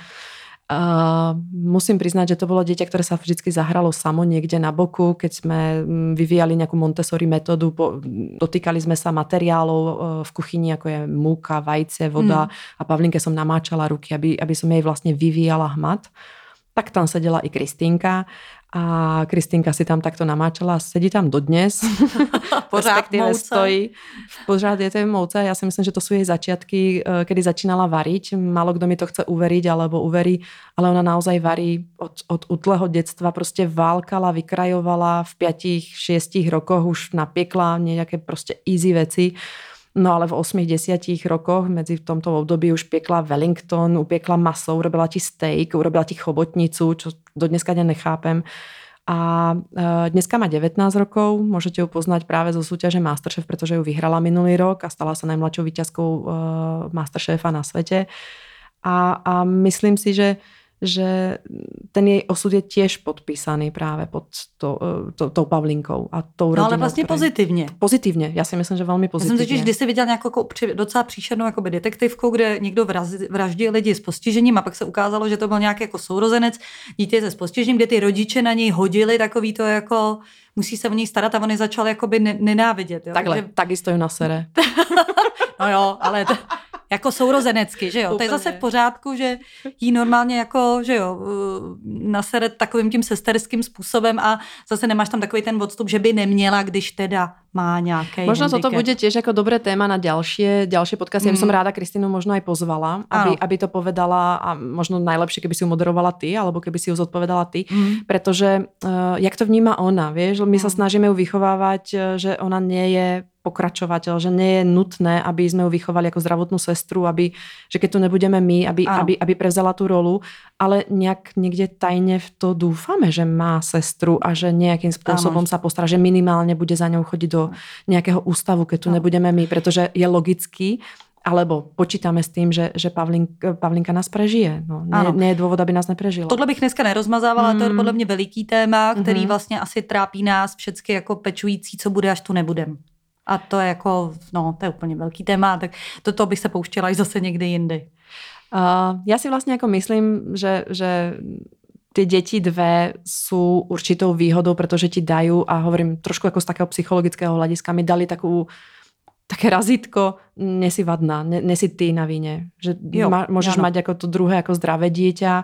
Musím priznať, že to bolo dieťa, ktoré sa vždycky zahralo samo niekde na boku, keď sme vyvíjali nejakú Montessori metódu, dotýkali sme sa materiálov v kuchyni, ako je múka, vajce, voda a Pavlinke som namáčala ruky, aby som jej vlastne vyvíjala hmat. Tak tam sedela i Kristýnka a Kristýnka si tam takto namáčala, sedí tam dodnes. Pořád mouce. Stojí. Pořád je to v mouce. Ja si myslím, že to sú jej začiatky, kedy začínala variť. Málo kdo mi to chce uveriť alebo uverí, ale ona naozaj varí od útleho detstva. Proste válkala, vykrajovala, v 5-6 rokoch už napiekla nejaké proste easy veci. No ale v 8-10 rokoch medzi v tomto období už piekla Wellington, upiekla maso, urobila ti steak, urobila ti chobotnicu, čo do dneska nechápem. A dneska má 19 rokov, môžete ju poznať práve zo súťaže Masterchef, pretože ju vyhrala minulý rok a stala sa najmladšou víťazkou Masterchefa na svete. A myslím si, že že ten jej osud je tiež podpísaný práve pod tou Pavlinkou a tou rodinou. No ale vlastně pozitivně. Pozitivně, já si myslím, že velmi pozitivně. Já jsem totiž kdysi viděla nějakou docela příšernou jakoby detektivku, kde někdo vraždil lidi s postižením a pak se ukázalo, že to byl nějaký jako sourozenec dítě s postižením, kde ty rodiče na něj hodili takový to jako musí se o něj starat a on je začal jakoby nenávidět. Jo? Takhle, takisto ju nasere. No jo, ale jako sourozenecky, že jo. Úplně. To je zase v pořádku, že jí normálně jako, že jo, nasere takovým tím sesterským způsobem a zase nemáš tam takový ten odstup, že by neměla, když teda má nějaký možno handicap. toto bude tiež ako dobré téma na ďalšie podcasty. Ja by som ráda Kristínu možno aj pozvala, aby to povedala a možno najlepšie, keby si ju moderovala ty, alebo keby si ju zodpovedala ty, pretože jak to vníma ona, vieš, my sa snažíme ju vychovávať, že ona nie je pokračovateľ, že nie je nutné, aby sme ju vychovali ako zdravotnú sestru, že keď tu nebudeme my, aby prevzala tú rolu, ale nejak niekde tajne v to dúfame, že má sestru a že nejakým spôsobom sa postará, že minimálne bude za ňou chodiť do nejakého ústavu, keď tu nebudeme my, pretože je logický, alebo počítáme s tým, že Pavlinka nás prežije. No, nie je dôvod, aby nás neprežila. Tohle bych dneska nerozmazávala, to je podle mě veliký téma, který vlastně asi trápí nás všechny jako pečující, co bude, až tu nebudem. A to je jako, no, to je úplně velký téma, tak toto bych se pouštěla i zase někdy jindy. Ja si vlastne ako myslím, že tie deti dve sú určitou výhodou, pretože ti dajú, a hovorím trošku ako z takého psychologického hľadiska, mi dali také razítko, nesi vadná, nesi ty na vine. Že môžeš mať ako to druhé, ako zdravé dieťa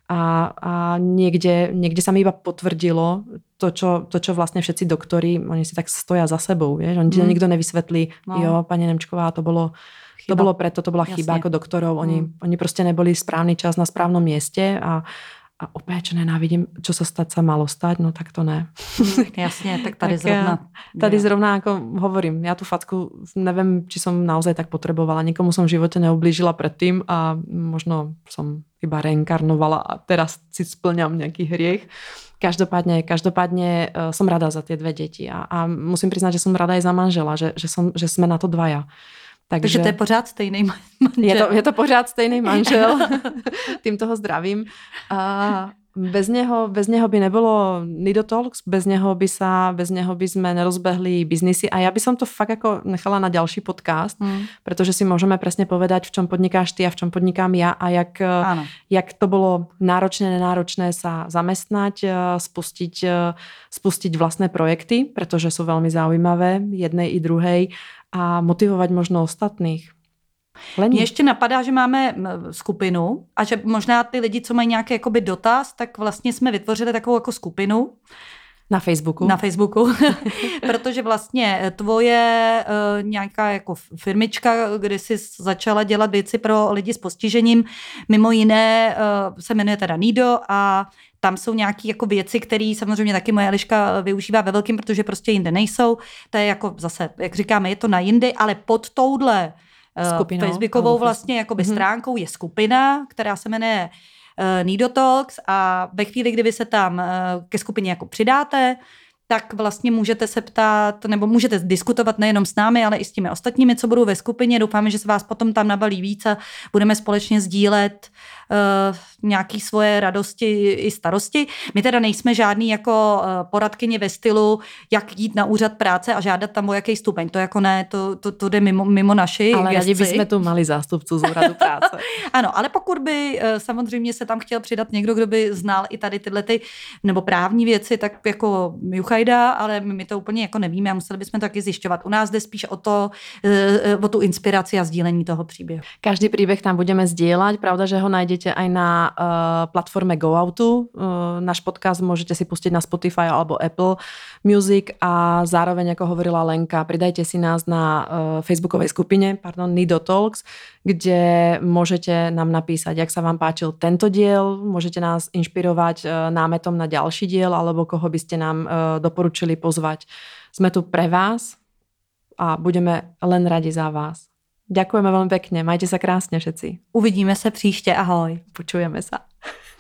a niekde sa mi iba potvrdilo to, čo vlastne všetci doktori, oni si tak stoja za sebou, vieš? Oni ti nikto nevysvetlí, jo, pani Nemčková, to bolo preto, to bola chyba ako doktorov. Oni proste neboli správny čas na správnom mieste a opět, čo nenávidím, čo sa stať sa malo stať, no tak to ne. Jasně, tak tady zrovna. Tady zrovna, ako hovorím, ja tú facku neviem, či som naozaj tak potrebovala. Nikomu som v živote neublížila predtým a možno som iba reinkarnovala a teraz si splňam nejaký hriech. Každopádne som rada za tie dve deti a musím priznať, že som rada aj za manžela, že sme na to dvaja. Takže to je pořád stejný manžel. Je to pořád stejný manžel. Tým toho zdravím. Bez neho by nebolo Nidotalks, bez neho by sme nerozbehli biznisy a ja by som to fakt ako nechala na ďalší podcast, pretože si môžeme presne povedať, v čom podnikáš ty a v čom podnikám ja a jak to bolo náročné, nenáročné sa zamestnať, spustiť vlastné projekty, pretože sú veľmi zaujímavé jednej i druhej a motivovať možno ostatných. Mně ještě napadá, že máme skupinu a že možná ty lidi, co mají nějaký jakoby dotaz, tak vlastně jsme vytvořili takovou jako skupinu. Na Facebooku. Protože vlastně tvoje nějaká jako firmička, kde jsi začala dělat věci pro lidi s postižením, mimo jiné se jmenuje teda Nido a tam jsou nějaké jako věci, které samozřejmě taky moje Eliška využívá ve velkým, protože prostě jinde nejsou. To je jako zase, jak říkáme, je to na jindy, ale pod touhle skupinou, facebookovou vlastně jakoby stránkou je skupina, která se jmenuje Nidotalks a ve chvíli, kdy vy se tam ke skupině jako přidáte, tak vlastně můžete se ptát, nebo můžete diskutovat nejenom s námi, ale i s těmi ostatními, co budou ve skupině. Doufáme, že se vás potom tam nabalí víc a budeme společně sdílet nějaký svoje radosti i starosti. My teda nejsme žádný jako poradkyně ve stylu, jak jít na úřad práce a žádat tam o jaký stupeň. To jako ne, to jde mimo naši ale gesci. Ale bychom tu mali zástupců z úřadu práce. Ano, ale pokud by samozřejmě se tam chtěl přidat někdo, kdo by znal i tady tyhle nebo právní věci, tak jako Juchajda, ale my to úplně jako nevíme a museli bychom to taky zjišťovat. U nás jde spíš o tu inspiraci a sdílení toho příběhu. Každý príbeh tam budeme sdieľať, pravda, že ho nájdete aj na platforme GoOutu. Náš podcast môžete si pustiť na Spotify alebo Apple Music a zároveň, ako hovorila Lenka, pridajte si nás na facebookovej skupine, Nidotalks, kde môžete nám napísať, jak sa vám páčil tento diel, môžete nás inšpirovať námetom na ďalší diel, alebo koho by ste nám doporučili pozvať. Sme tu pre vás a budeme len radi za vás. Ďakujeme veľmi pekne, majte sa krásne všetci. Uvidíme se příště, ahoj. Počujeme sa.